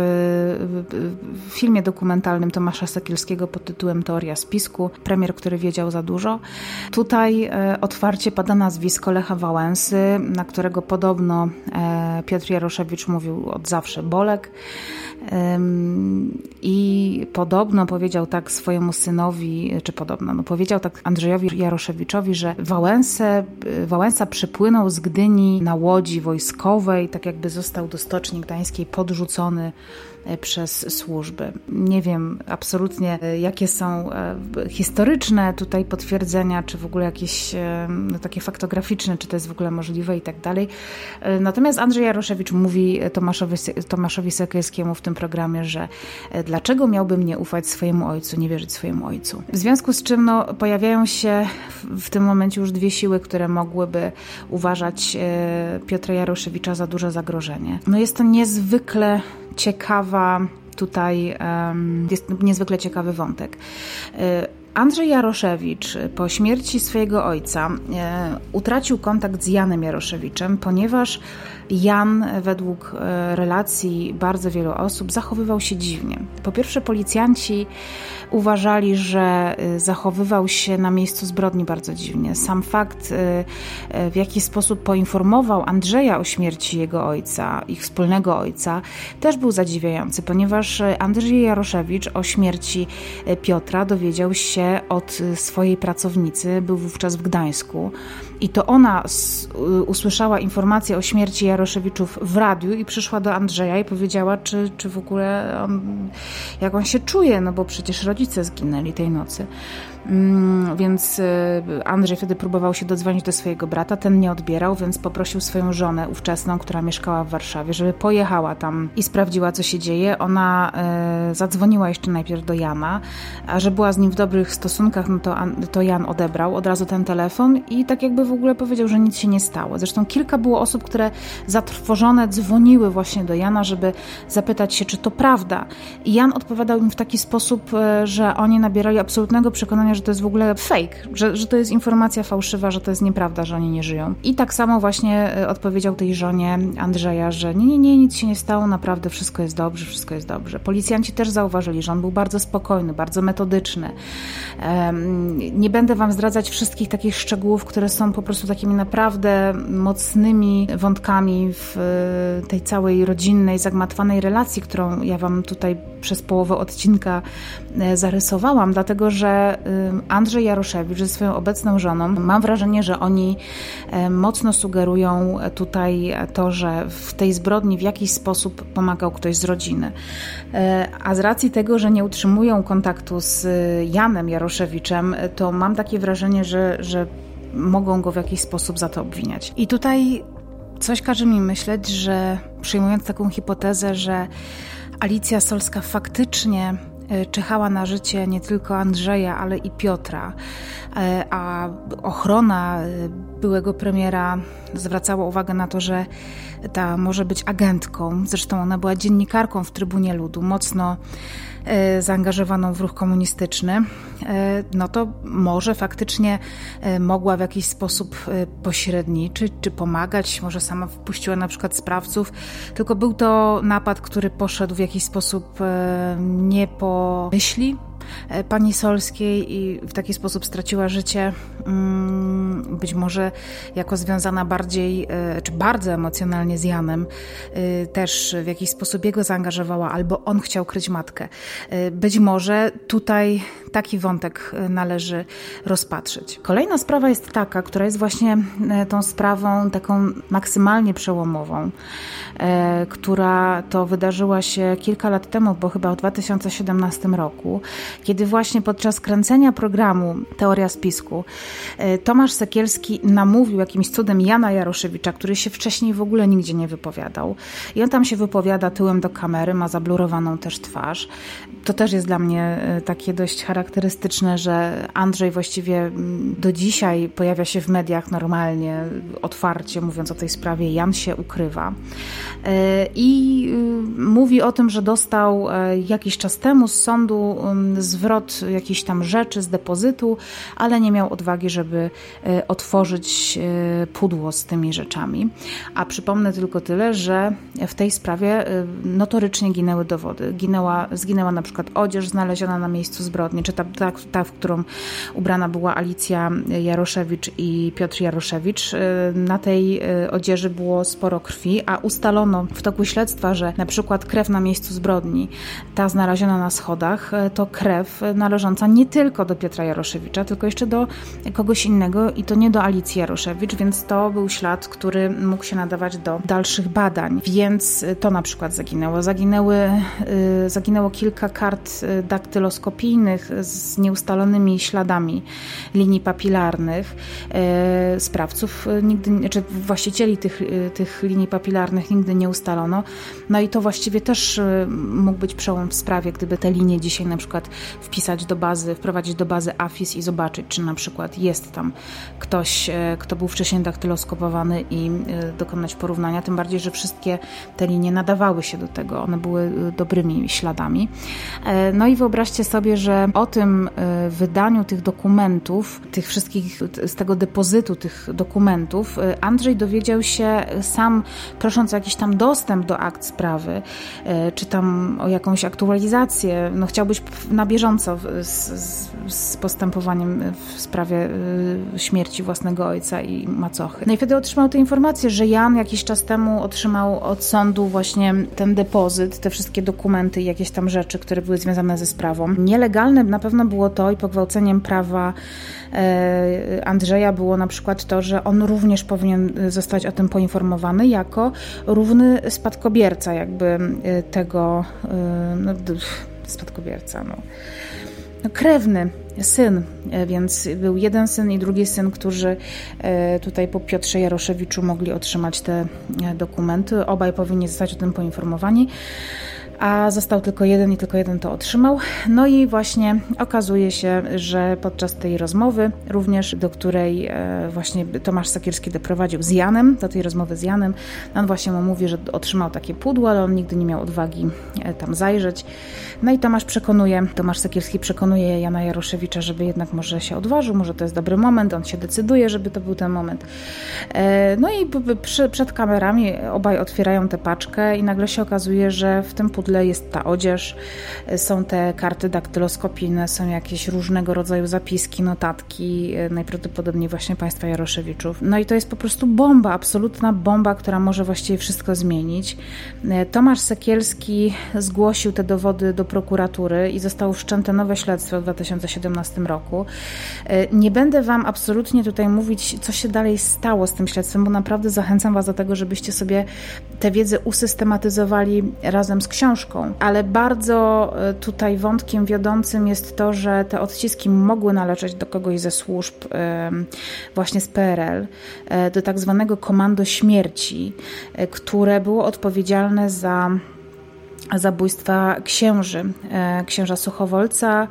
filmie dokumentalnym Tomasza Sekielskiego pod tytułem Teoria spisku. Premier, który wiedział za dużo. Tutaj otwarcie pada nazwisko Lecha Wałęsy, na którego podobno Piotr Jaroszewicz mówił od zawsze Bolek. I podobno powiedział tak swojemu synowi, powiedział tak Andrzejowi Jaroszewiczowi, że Wałęsa przypłynął z Gdyni na łodzi wojskowej, tak jakby został do Stoczni Gdańskiej podrzucony przez służby. Nie wiem absolutnie, jakie są historyczne tutaj potwierdzenia, czy w ogóle jakieś takie faktograficzne, czy to jest w ogóle możliwe i tak dalej. Natomiast Andrzej Jaroszewicz mówi Tomaszowi Sekielskiemu w tym programie, że dlaczego miałbym nie ufać swojemu ojcu, nie wierzyć swojemu ojcu. W związku z czym pojawiają się w tym momencie już dwie siły, które mogłyby uważać Piotra Jaroszewicza za duże zagrożenie. Jest to niezwykle niezwykle ciekawy wątek. Andrzej Jaroszewicz po śmierci swojego ojca utracił kontakt z Janem Jaroszewiczem, ponieważ Jan, według relacji bardzo wielu osób, zachowywał się dziwnie. Po pierwsze, policjanci uważali, że zachowywał się na miejscu zbrodni bardzo dziwnie. Sam fakt, w jaki sposób poinformował Andrzeja o śmierci jego ojca, ich wspólnego ojca, też był zadziwiający, ponieważ Andrzej Jaroszewicz o śmierci Piotra dowiedział się od swojej pracownicy, był wówczas w Gdańsku, i to ona usłyszała informację o śmierci Jaroszewiczów w radiu i przyszła do Andrzeja i powiedziała, czy w ogóle jak on się czuje, bo przecież rodzice zginęli tej nocy. Więc Andrzej wtedy próbował się dodzwonić do swojego brata, ten nie odbierał, więc poprosił swoją żonę ówczesną, która mieszkała w Warszawie, żeby pojechała tam i sprawdziła, co się dzieje. Ona zadzwoniła jeszcze najpierw do Jana, a że była z nim w dobrych stosunkach, to Jan odebrał od razu ten telefon i tak jakby w ogóle powiedział, że nic się nie stało. Zresztą kilka było osób, które zatrwożone dzwoniły właśnie do Jana, żeby zapytać się, czy to prawda. I Jan odpowiadał im w taki sposób, że oni nabierali absolutnego przekonania, że to jest w ogóle fake, że to jest informacja fałszywa, że to jest nieprawda, że oni nie żyją. I tak samo właśnie odpowiedział tej żonie Andrzeja, że nie, nic się nie stało, naprawdę wszystko jest dobrze. Policjanci też zauważyli, że on był bardzo spokojny, bardzo metodyczny. Nie będę wam zdradzać wszystkich takich szczegółów, które są po prostu takimi naprawdę mocnymi wątkami w tej całej rodzinnej, zagmatwanej relacji, którą ja wam tutaj przez połowę odcinka zarysowałam, dlatego że Andrzej Jaroszewicz ze swoją obecną żoną, mam wrażenie, że oni mocno sugerują tutaj to, że w tej zbrodni w jakiś sposób pomagał ktoś z rodziny. A z racji tego, że nie utrzymują kontaktu z Janem Jaroszewiczem, to mam takie wrażenie, że mogą go w jakiś sposób za to obwiniać. I tutaj coś każe mi myśleć, że przyjmując taką hipotezę, że Alicja Solska faktycznie czyhała na życie nie tylko Andrzeja, ale i Piotra, a ochrona byłego premiera zwracała uwagę na to, że ta może być agentką, zresztą ona była dziennikarką w Trybunie Ludu, mocno zaangażowaną w ruch komunistyczny, no to może faktycznie mogła w jakiś sposób pośredniczyć czy pomagać, może sama wpuściła na przykład sprawców, tylko był to napad, który poszedł w jakiś sposób nie po myśli pani Solskiej i w taki sposób straciła życie, być może jako związana bardziej, czy bardzo emocjonalnie z Janem, też w jakiś sposób jego zaangażowała, albo on chciał kryć matkę. Być może tutaj taki wątek należy rozpatrzyć. Kolejna sprawa jest taka, która jest właśnie tą sprawą taką maksymalnie przełomową, która to wydarzyła się kilka lat temu, bo chyba w 2017 roku, kiedy właśnie podczas kręcenia programu Teoria Spisku Tomasz Sekielski namówił jakimś cudem Jana Jaroszewicza, który się wcześniej w ogóle nigdzie nie wypowiadał. I on tam się wypowiada tyłem do kamery, ma zablurowaną też twarz. To też jest dla mnie takie dość charakterystyczne, że Andrzej właściwie do dzisiaj pojawia się w mediach normalnie, otwarcie mówiąc o tej sprawie. Jan się ukrywa. I mówi o tym, że dostał jakiś czas temu z sądu zwrot jakichś tam rzeczy z depozytu, ale nie miał odwagi, żeby otworzyć pudło z tymi rzeczami. A przypomnę tylko tyle, że w tej sprawie notorycznie ginęły dowody. Zginęła na przykład odzież znaleziona na miejscu zbrodni, czy ta, w którą ubrana była Alicja Jaroszewicz i Piotr Jaroszewicz. Na tej odzieży było sporo krwi, a ustalono w toku śledztwa, że na przykład krew na miejscu zbrodni, ta znaleziona na schodach, to krew należąca nie tylko do Piotra Jaroszewicza, tylko jeszcze do kogoś innego i to nie do Alicji Jaroszewicz, więc to był ślad, który mógł się nadawać do dalszych badań. Więc to na przykład zaginęło. Zaginęło kilka kart daktyloskopijnych z nieustalonymi śladami linii papilarnych. Sprawców nigdy, czy właścicieli tych linii papilarnych nigdy nie ustalono. No i to właściwie też mógł być przełom w sprawie, gdyby te linie dzisiaj na przykład wprowadzić do bazy AFIS i zobaczyć, czy na przykład jest tam ktoś, kto był wcześniej daktyloskopowany i dokonać porównania, tym bardziej, że wszystkie te linie nadawały się do tego, one były dobrymi śladami. No i wyobraźcie sobie, że o tym wydaniu tych dokumentów, tych wszystkich, z tego depozytu tych dokumentów, Andrzej dowiedział się sam, prosząc o jakiś tam dostęp do akt sprawy, czy tam o jakąś aktualizację, no chciał być na bieżąco z postępowaniem w sprawie śmierci własnego ojca i macochy. No i wtedy otrzymał tę informację, że Jan jakiś czas temu otrzymał od sądu właśnie ten depozyt, te wszystkie dokumenty i jakieś tam rzeczy, które były związane ze sprawą. Nielegalne na pewno było to i pogwałceniem prawa Andrzeja było na przykład to, że on również powinien zostać o tym poinformowany jako równy spadkobierca jakby tego spadkobierca, krewny syn, więc był jeden syn i drugi syn, którzy tutaj po Piotrze Jaroszewiczu mogli otrzymać te dokumenty. Obaj powinni zostać o tym poinformowani. a został tylko jeden i tylko jeden to otrzymał. No i właśnie okazuje się, że podczas tej rozmowy, również do której właśnie Tomasz Sekielski doprowadził z Janem, do tej rozmowy z Janem, on właśnie mu mówi, że otrzymał takie pudło, ale on nigdy nie miał odwagi tam zajrzeć. No i Tomasz Sekielski przekonuje Jana Jaroszewicza, żeby jednak może się odważył, może to jest dobry moment, on się decyduje, żeby to był ten moment. No i przed kamerami obaj otwierają tę paczkę i nagle się okazuje, że w tym pudle jest ta odzież, są te karty daktyloskopijne, są jakieś różnego rodzaju zapiski, notatki, najprawdopodobniej właśnie państwa Jaroszewiczów. No i to jest po prostu bomba, absolutna bomba, która może właściwie wszystko zmienić. Tomasz Sekielski zgłosił te dowody do prokuratury i zostało wszczęte nowe śledztwo w 2017 roku. Nie będę Wam absolutnie tutaj mówić, co się dalej stało z tym śledztwem, bo naprawdę zachęcam Was do tego, żebyście sobie tę wiedzę usystematyzowali razem z książką. Ale bardzo tutaj wątkiem wiodącym jest to, że te odciski mogły należeć do kogoś ze służb właśnie z PRL, do tak zwanego Komando Śmierci, które było odpowiedzialne za zabójstwa księża Suchowolca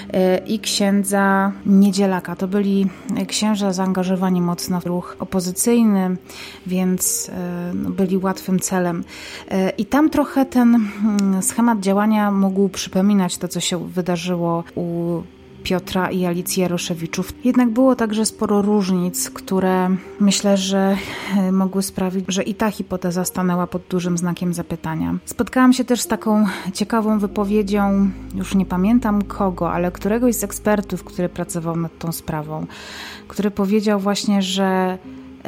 i księdza Niedzielaka. To byli księża zaangażowani mocno w ruch opozycyjny, więc byli łatwym celem. I tam trochę ten schemat działania mógł przypominać to, co się wydarzyło u Piotra i Alicji Jaroszewiczów. Jednak było także sporo różnic, które myślę, że mogły sprawić, że i ta hipoteza stanęła pod dużym znakiem zapytania. Spotkałam się też z taką ciekawą wypowiedzią, już nie pamiętam kogo, ale któregoś z ekspertów, który pracował nad tą sprawą, który powiedział właśnie, że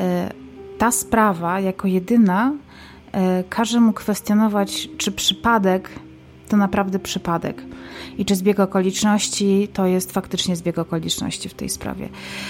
ta sprawa jako jedyna każe mu kwestionować, czy przypadek to naprawdę przypadek i czy zbieg okoliczności to jest faktycznie zbieg okoliczności w tej sprawie.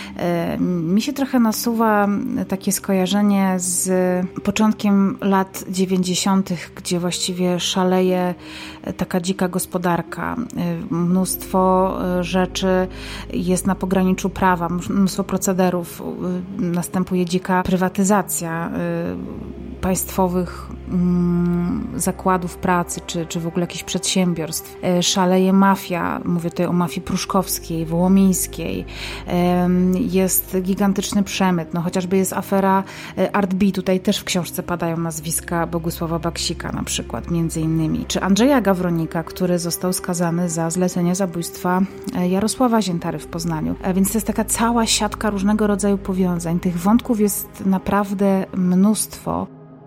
Mi się trochę nasuwa takie skojarzenie z początkiem lat 90., gdzie właściwie szaleje taka dzika gospodarka. Mnóstwo rzeczy jest na pograniczu prawa, mnóstwo procederów, następuje dzika prywatyzacja państwowych zakładów pracy, czy w ogóle jakichś przedsiębiorstw. Szaleje mafia, mówię tutaj o mafii pruszkowskiej, wołomińskiej. Jest gigantyczny przemyt, no chociażby jest afera Art-B, tutaj też w książce padają nazwiska Bogusława Baksika na przykład, między innymi. Czy Andrzeja Gawronika, który został skazany za zlecenie zabójstwa Jarosława Ziętary w Poznaniu. Więc to jest taka cała siatka różnego rodzaju powiązań. Tych wątków jest naprawdę mnóstwo.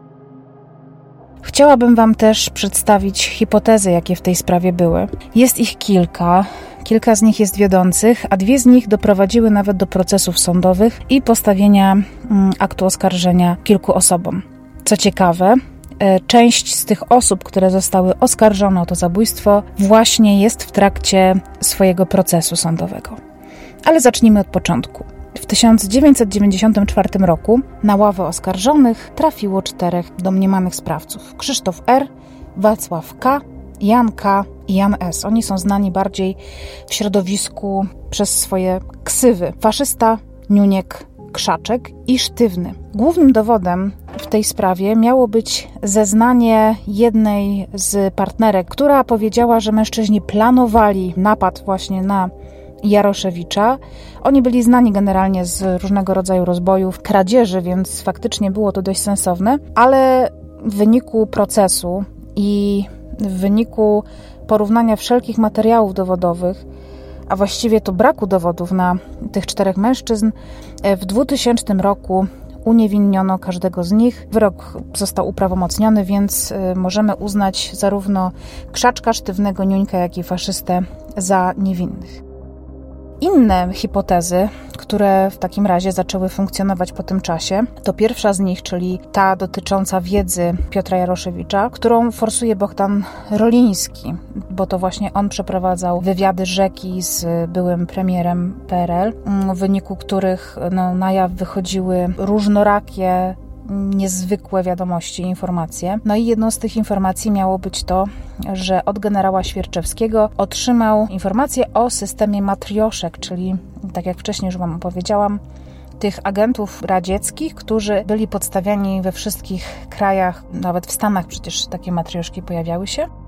Chciałabym Wam też przedstawić hipotezy, jakie w tej sprawie były. Jest ich kilka z nich jest wiodących, a 2 z nich doprowadziły nawet do procesów sądowych i postawienia aktu oskarżenia kilku osobom. Co ciekawe, część z tych osób, które zostały oskarżone o to zabójstwo, właśnie jest w trakcie swojego procesu sądowego. Ale zacznijmy od początku. W 1994 roku na ławę oskarżonych trafiło 4 domniemanych sprawców. Krzysztof R., Wacław K., Jan K. i Jan S. Oni są znani bardziej w środowisku przez swoje ksywy. Faszysta, Niuniek, Krzaczek i Sztywny. Głównym dowodem w tej sprawie miało być zeznanie jednej z partnerek, która powiedziała, że mężczyźni planowali napad właśnie na Jaroszewicza. Oni byli znani generalnie z różnego rodzaju rozbojów, kradzieży, więc faktycznie było to dość sensowne, ale w wyniku procesu i w wyniku porównania wszelkich materiałów dowodowych, a właściwie to braku dowodów na tych 4 mężczyzn, w 2000 roku uniewinniono każdego z nich. Wyrok został uprawomocniony, więc możemy uznać zarówno Krzaczka, Sztywnego, Niuńka, jak i faszystę za niewinnych. Inne hipotezy, które w takim razie zaczęły funkcjonować po tym czasie, to pierwsza z nich, czyli ta dotycząca wiedzy Piotra Jaroszewicza, którą forsuje Bogdan Roliński, bo to właśnie on przeprowadzał wywiady rzeki z byłym premierem PRL, w wyniku których na jaw wychodziły różnorakie, niezwykłe wiadomości i informacje. No i jedną z tych informacji miało być to, że od generała Świerczewskiego otrzymał informację o systemie matrioszek, czyli tak jak wcześniej już Wam opowiedziałam, tych agentów radzieckich, którzy byli podstawiani we wszystkich krajach, nawet w Stanach przecież takie matrioszki pojawiały się.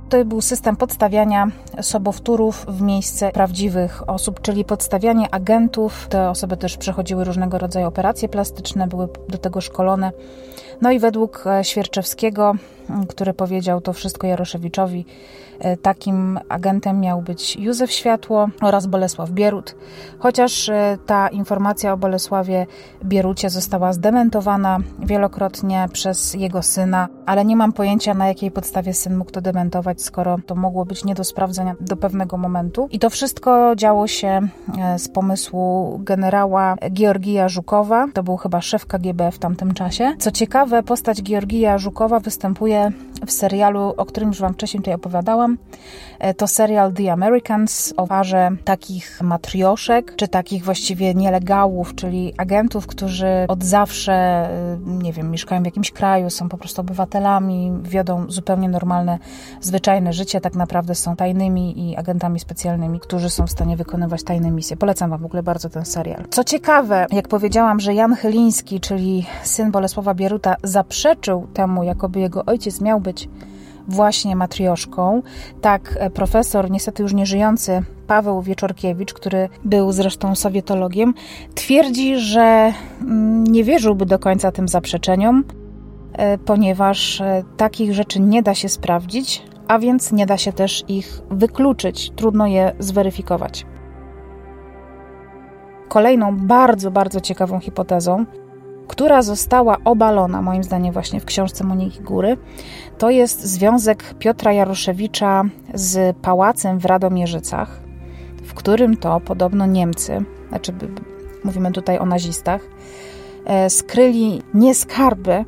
To był system podstawiania sobowtórów w miejsce prawdziwych osób, czyli podstawianie agentów. Te osoby też przechodziły różnego rodzaju operacje plastyczne, były do tego szkolone. No i według Świerczewskiego, który powiedział to wszystko Jaroszewiczowi, takim agentem miał być Józef Światło oraz Bolesław Bierut. Chociaż ta informacja o Bolesławie Bierucie została zdementowana wielokrotnie przez jego syna, ale nie mam pojęcia, na jakiej podstawie syn mógł to dementować, skoro to mogło być nie do sprawdzenia do pewnego momentu. I to wszystko działo się z pomysłu generała Georgija Żukowa. To był chyba szef KGB w tamtym czasie. Co ciekawe, postać Georgija Żukowa występuje w serialu, o którym już wam wcześniej tutaj opowiadałam. To serial The Americans o parze takich matrioszek, czy takich właściwie nielegałów, czyli agentów, którzy od zawsze, nie wiem, mieszkają w jakimś kraju, są po prostu obywatelami, wiodą zupełnie normalne, zwyczajne życie, tak naprawdę są tajnymi i agentami specjalnymi, którzy są w stanie wykonywać tajne misje. Polecam wam w ogóle bardzo ten serial. Co ciekawe, jak powiedziałam, że Jan Chyliński, czyli syn Bolesława Bieruta, zaprzeczył temu, jakoby jego ojciec miał być właśnie matrioszką. Tak profesor, niestety już nieżyjący, Paweł Wieczorkiewicz, który był zresztą sowietologiem, twierdzi, że nie wierzyłby do końca tym zaprzeczeniom, ponieważ takich rzeczy nie da się sprawdzić, a więc nie da się też ich wykluczyć. Trudno je zweryfikować. Kolejną bardzo, bardzo ciekawą hipotezą, która została obalona, moim zdaniem, właśnie w książce Moniki Góry, to jest związek Piotra Jaroszewicza z pałacem w Radomierzycach, w którym to podobno Niemcy, znaczy mówimy tutaj o nazistach, skryli nie skarby,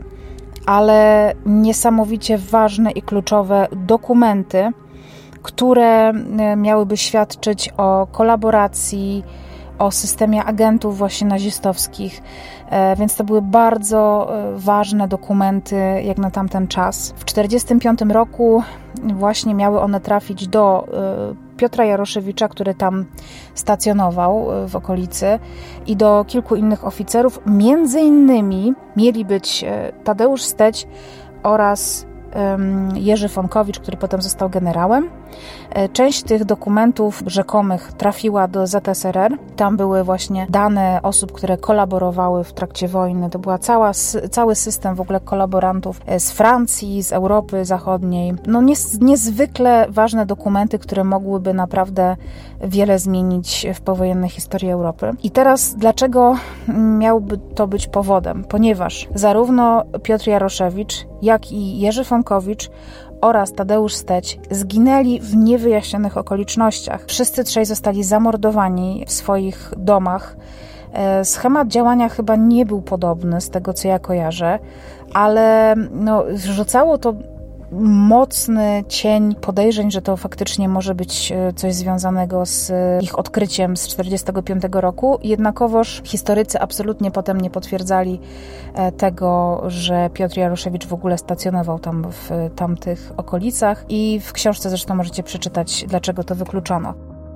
ale niesamowicie ważne i kluczowe dokumenty, które miałyby świadczyć o kolaboracji, o systemie agentów właśnie nazistowskich, więc to były bardzo ważne dokumenty jak na tamten czas. W 1945 roku właśnie miały one trafić do Piotra Jaroszewicza, który tam stacjonował w okolicy, i do kilku innych oficerów. Między innymi mieli być Tadeusz Steć oraz Jerzy Fonkowicz, który potem został generałem. Część tych dokumentów rzekomych trafiła do ZSRR. Tam były właśnie dane osób, które kolaborowały w trakcie wojny. To była cały system w ogóle kolaborantów z Francji, z Europy Zachodniej. No niezwykle ważne dokumenty, które mogłyby naprawdę wiele zmienić w powojennej historii Europy. I teraz dlaczego miałby to być powodem? Ponieważ zarówno Piotr Jaroszewicz, jak i Jerzy Fonkowicz oraz Tadeusz Steć zginęli w niewyjaśnionych okolicznościach. Wszyscy trzej zostali zamordowani w swoich domach. Schemat działania chyba nie był podobny z tego, co ja kojarzę, ale rzucało to mocny cień podejrzeń, że to faktycznie może być coś związanego z ich odkryciem z 1945 roku. Jednakowoż historycy absolutnie potem nie potwierdzali tego, że Piotr Jaroszewicz w ogóle stacjonował tam w tamtych okolicach, i w książce zresztą możecie przeczytać, dlaczego to wykluczono.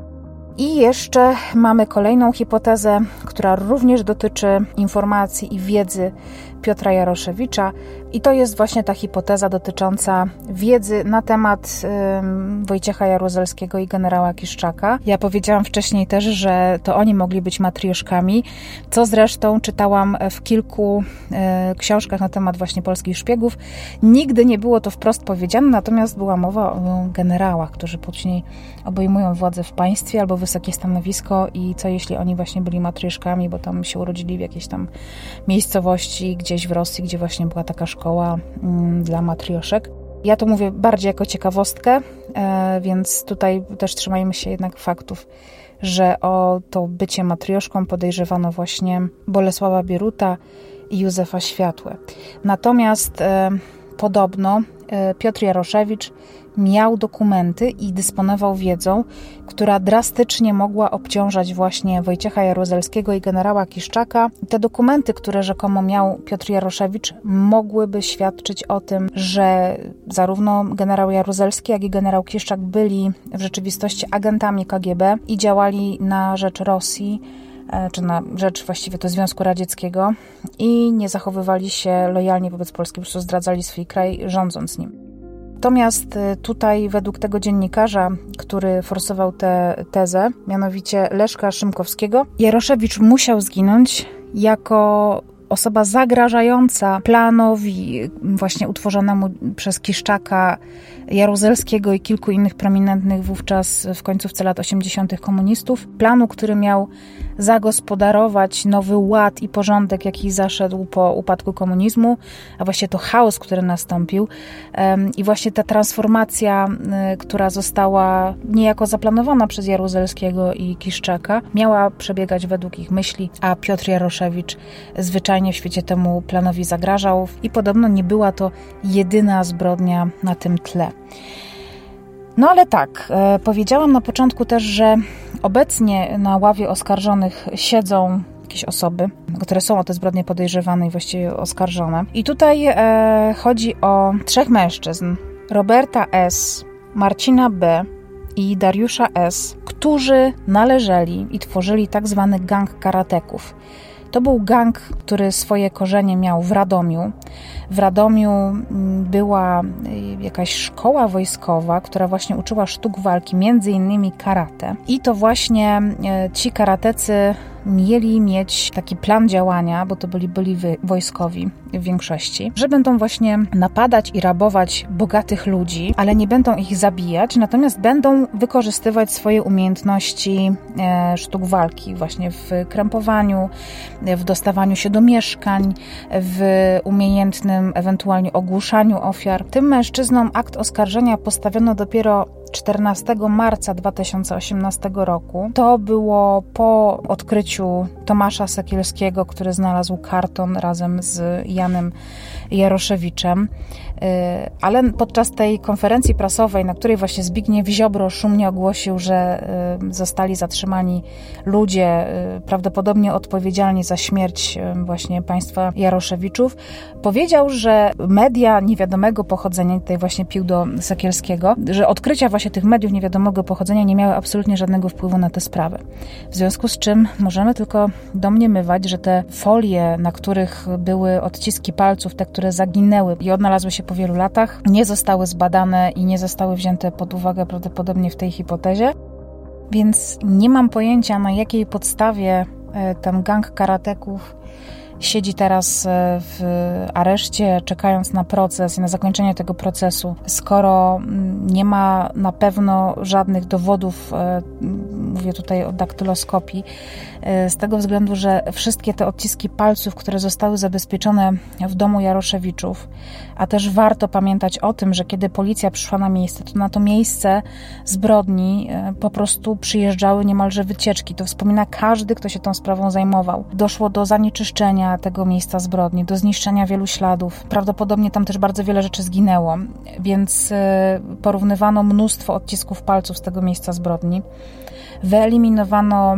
I jeszcze mamy kolejną hipotezę, która również dotyczy informacji i wiedzy Piotra Jaroszewicza, i to jest właśnie ta hipoteza dotycząca wiedzy na temat Wojciecha Jaruzelskiego i generała Kiszczaka. Ja powiedziałam wcześniej też, że to oni mogli być matrioszkami, co zresztą czytałam w kilku książkach na temat właśnie polskich szpiegów. Nigdy nie było to wprost powiedziane, natomiast była mowa o generałach, którzy później obejmują władzę w państwie albo wysokie stanowisko, i co jeśli oni właśnie byli matrioszkami, bo tam się urodzili w jakiejś tam miejscowości gdzieś w Rosji, gdzie właśnie była taka szkoła dla matrioszek. Ja to mówię bardziej jako ciekawostkę, więc tutaj też trzymajmy się jednak faktów, że o to bycie matrioszką podejrzewano właśnie Bolesława Bieruta i Józefa Światłę. Natomiast podobno Piotr Jaroszewicz miał dokumenty i dysponował wiedzą, która drastycznie mogła obciążać właśnie Wojciecha Jaruzelskiego i generała Kiszczaka. Te dokumenty, które rzekomo miał Piotr Jaroszewicz, mogłyby świadczyć o tym, że zarówno generał Jaruzelski, jak i generał Kiszczak byli w rzeczywistości agentami KGB i działali na rzecz Rosji, czy na rzecz właściwie to Związku Radzieckiego, i nie zachowywali się lojalnie wobec Polski, po prostu zdradzali swój kraj, rządząc nim. Natomiast tutaj według tego dziennikarza, który forsował tę tezę, mianowicie Leszka Szymkowskiego, Jaroszewicz musiał zginąć jako osoba zagrażająca planowi właśnie utworzonemu przez Kiszczaka, Jaruzelskiego i kilku innych prominentnych wówczas w końcówce lat 80. komunistów. Planu, który miał zagospodarować nowy ład i porządek, jaki zaszedł po upadku komunizmu, a właśnie to chaos, który nastąpił i właśnie ta transformacja, która została niejako zaplanowana przez Jaruzelskiego i Kiszczaka, miała przebiegać według ich myśli, a Piotr Jaroszewicz zwyczajnie w świecie temu planowi zagrażał i podobno nie była to jedyna zbrodnia na tym tle. No ale tak, powiedziałam na początku też, że obecnie na ławie oskarżonych siedzą jakieś osoby, które są o te zbrodnie podejrzewane i właściwie oskarżone. I tutaj chodzi o 3 mężczyzn, Roberta S., Marcina B. i Dariusza S., którzy należeli i tworzyli tak zwany gang karateków. To był gang, który swoje korzenie miał w Radomiu. W Radomiu była jakaś szkoła wojskowa, która właśnie uczyła sztuk walki, między innymi karate. I to właśnie ci karatecy mieli mieć taki plan działania, bo to byli wojskowi w większości, że będą właśnie napadać i rabować bogatych ludzi, ale nie będą ich zabijać, natomiast będą wykorzystywać swoje umiejętności sztuk walki właśnie w krępowaniu, w dostawaniu się do mieszkań, w umiejętnym ewentualnie ogłuszaniu ofiar. Tym mężczyznom akt oskarżenia postawiono dopiero 14 marca 2018 roku. To było po odkryciu Tomasza Sekielskiego, który znalazł karton razem z Janem Jaroszewiczem. Ale podczas tej konferencji prasowej, na której właśnie Zbigniew Ziobro szumnie ogłosił, że zostali zatrzymani ludzie prawdopodobnie odpowiedzialni za śmierć właśnie państwa Jaroszewiczów, powiedział, że media niewiadomego pochodzenia, tutaj właśnie pił do Sekielskiego, że odkrycia właśnie tych mediów niewiadomego pochodzenia nie miały absolutnie żadnego wpływu na tę sprawę. W związku z czym możemy tylko domniemywać, że te folie, na których były odciski palców, te, które zaginęły i odnalazły się po wielu latach, nie zostały zbadane i nie zostały wzięte pod uwagę prawdopodobnie w tej hipotezie. Więc nie mam pojęcia, na jakiej podstawie ten gang karateków siedzi teraz w areszcie, czekając na proces i na zakończenie tego procesu, skoro nie ma na pewno żadnych dowodów, mówię tutaj o daktyloskopii, z tego względu, że wszystkie te odciski palców, które zostały zabezpieczone w domu Jaroszewiczów, a też warto pamiętać o tym, że kiedy policja przyszła na miejsce, to na to miejsce zbrodni po prostu przyjeżdżały niemalże wycieczki. To wspomina każdy, kto się tą sprawą zajmował. Doszło do zanieczyszczenia tego miejsca zbrodni, do zniszczenia wielu śladów. Prawdopodobnie tam też bardzo wiele rzeczy zginęło, więc porównywano mnóstwo odcisków palców z tego miejsca zbrodni. Wyeliminowano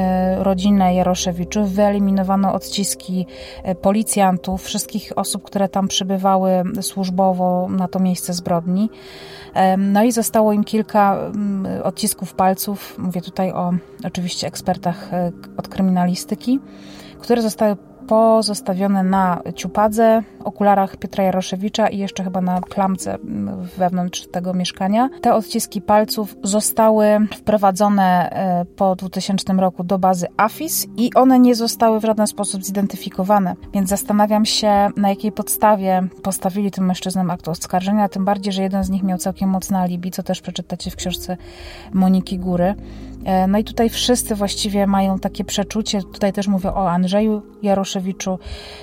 rodzinę Jaroszewiczów, wyeliminowano odciski policjantów, wszystkich osób, które tam przybywały służbowo na to miejsce zbrodni. No i zostało im kilka odcisków palców, mówię tutaj o oczywiście ekspertach od kryminalistyki, które zostały pozostawione na ciupadze, okularach Piotra Jaroszewicza i jeszcze chyba na klamce wewnątrz tego mieszkania. Te odciski palców zostały wprowadzone po 2000 roku do bazy AFIS i one nie zostały w żaden sposób zidentyfikowane. Więc zastanawiam się, na jakiej podstawie postawili tym mężczyznom akt oskarżenia, tym bardziej, że jeden z nich miał całkiem mocne alibi, co też przeczytacie w książce Moniki Góry. No i tutaj wszyscy właściwie mają takie przeczucie, tutaj też mówię o Andrzeju Jaroszewiczu.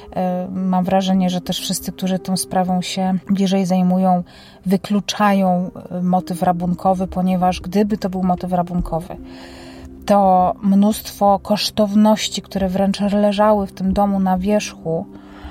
Mam wrażenie, że też wszyscy, którzy tą sprawą się bliżej zajmują, wykluczają motyw rabunkowy, ponieważ gdyby to był motyw rabunkowy, to mnóstwo kosztowności, które wręcz leżały w tym domu na wierzchu,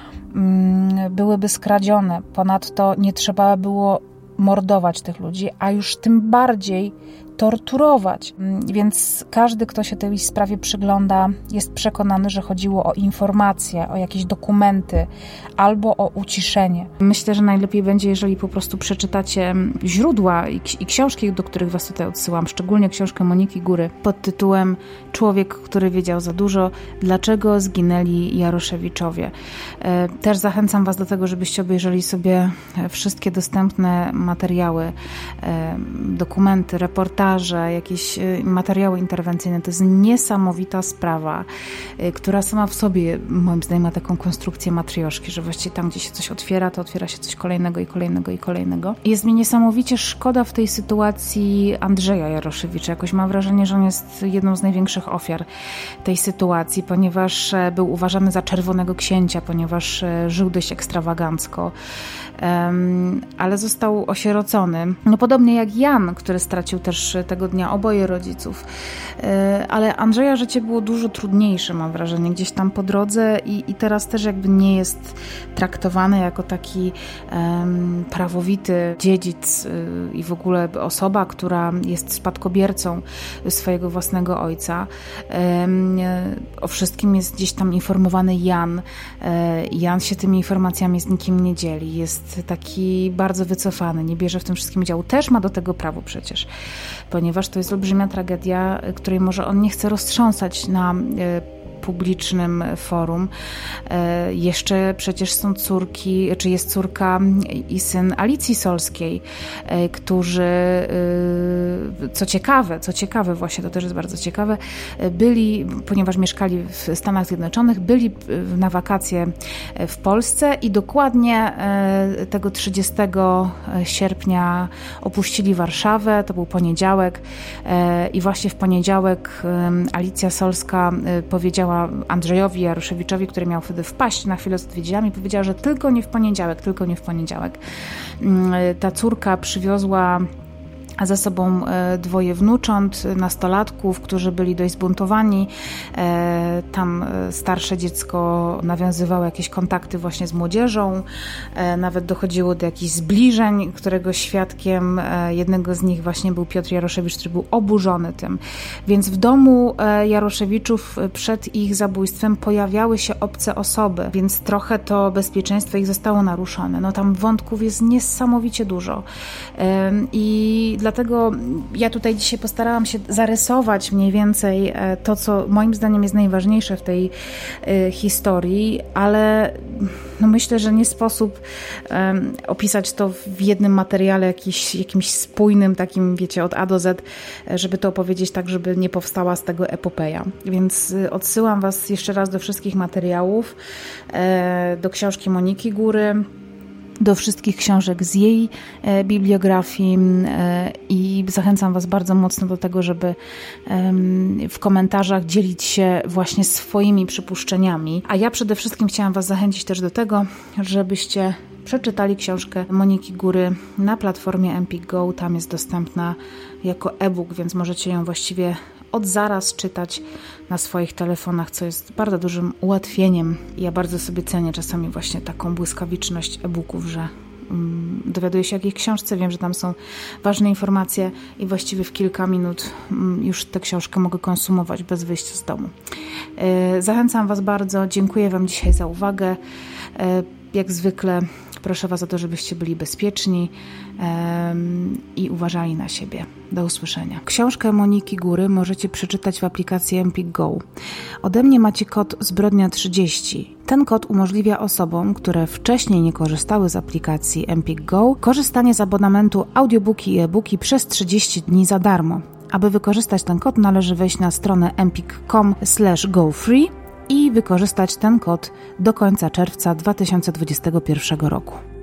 byłyby skradzione. Ponadto nie trzeba było mordować tych ludzi, a już tym bardziej torturować. Więc każdy, kto się tej sprawie przygląda, jest przekonany, że chodziło o informacje, o jakieś dokumenty albo o uciszenie. Myślę, że najlepiej będzie, jeżeli po prostu przeczytacie źródła i książki, do których was tutaj odsyłam, szczególnie książkę Moniki Góry pod tytułem Człowiek, który wiedział za dużo. Dlaczego zginęli Jaroszewiczowie? Też zachęcam was do tego, żebyście obejrzeli sobie wszystkie dostępne materiały, dokumenty, reportaże, jakieś materiały interwencyjne. To jest niesamowita sprawa, która sama w sobie, moim zdaniem, ma taką konstrukcję matrioszki, że właściwie tam, gdzie się coś otwiera, to otwiera się coś kolejnego i kolejnego i kolejnego. Jest mi niesamowicie szkoda w tej sytuacji Andrzeja Jaroszewicza. Jakoś mam wrażenie, że on jest jedną z największych ofiar tej sytuacji, ponieważ był uważany za czerwonego księcia, ponieważ żył dość ekstrawagancko, ale został osierocony. No podobnie jak Jan, który stracił też tego dnia oboje rodziców. Ale Andrzeja życie było dużo trudniejsze, mam wrażenie, gdzieś tam po drodze i teraz też jakby nie jest traktowany jako taki prawowity dziedzic i w ogóle osoba, która jest spadkobiercą swojego własnego ojca. O wszystkim jest gdzieś tam informowany Jan. Jan się tymi informacjami z nikim nie dzieli. Jest taki bardzo wycofany, nie bierze w tym wszystkim udziału. Też ma do tego prawo przecież, ponieważ to jest olbrzymia tragedia, której może on nie chce roztrząsać na publicznym forum. Jeszcze przecież są córki, czy jest córka i syn Alicji Solskiej, którzy, co ciekawe właśnie, to też jest bardzo ciekawe, byli, ponieważ mieszkali w Stanach Zjednoczonych, byli na wakacje w Polsce i dokładnie tego 30 sierpnia opuścili Warszawę, to był poniedziałek i właśnie w poniedziałek Alicja Solska powiedziała Andrzejowi Jaroszewiczowi, który miał wtedy wpaść na chwilę z odwiedziami, powiedziała, że tylko nie w poniedziałek. Ta córka przywiozła ze sobą dwoje wnucząt, nastolatków, którzy byli dość zbuntowani. Tam starsze dziecko nawiązywało jakieś kontakty właśnie z młodzieżą. Nawet dochodziło do jakichś zbliżeń, którego świadkiem jednego z nich właśnie był Piotr Jaroszewicz, który był oburzony tym. Więc w domu Jaroszewiczów przed ich zabójstwem pojawiały się obce osoby, więc trochę to bezpieczeństwo ich zostało naruszone. No tam wątków jest niesamowicie dużo. I dlatego ja tutaj dzisiaj postarałam się zarysować mniej więcej to, co moim zdaniem jest najważniejsze w tej historii, ale no myślę, że nie sposób opisać to w jednym materiale jakimś spójnym, takim wiecie, od A do Z, żeby to opowiedzieć tak, żeby nie powstała z tego epopeja. Więc odsyłam was jeszcze raz do wszystkich materiałów, do książki Moniki Góry, do wszystkich książek z jej bibliografii i zachęcam was bardzo mocno do tego, żeby w komentarzach dzielić się właśnie swoimi przypuszczeniami. A ja przede wszystkim chciałam was zachęcić też do tego, żebyście przeczytali książkę Moniki Góry na platformie Empik Go. Tam jest dostępna jako e-book, więc możecie ją właściwie od zaraz czytać na swoich telefonach, co jest bardzo dużym ułatwieniem. Ja bardzo sobie cenię czasami właśnie taką błyskawiczność e-booków, że dowiaduję się o jakiej książce, wiem, że tam są ważne informacje i właściwie w kilka minut już tę książkę mogę konsumować bez wyjścia z domu. Zachęcam was bardzo, dziękuję wam dzisiaj za uwagę. Jak zwykle proszę was o to, żebyście byli bezpieczni i uważali na siebie. Do usłyszenia. Książkę Moniki Góry możecie przeczytać w aplikacji Empik Go. Ode mnie macie kod Zbrodnia30. Ten kod umożliwia osobom, które wcześniej nie korzystały z aplikacji Empik Go, korzystanie z abonamentu audiobooki i e-booki przez 30 dni za darmo. Aby wykorzystać ten kod, należy wejść na stronę empik.com/gofree i wykorzystać ten kod do końca czerwca 2021 roku.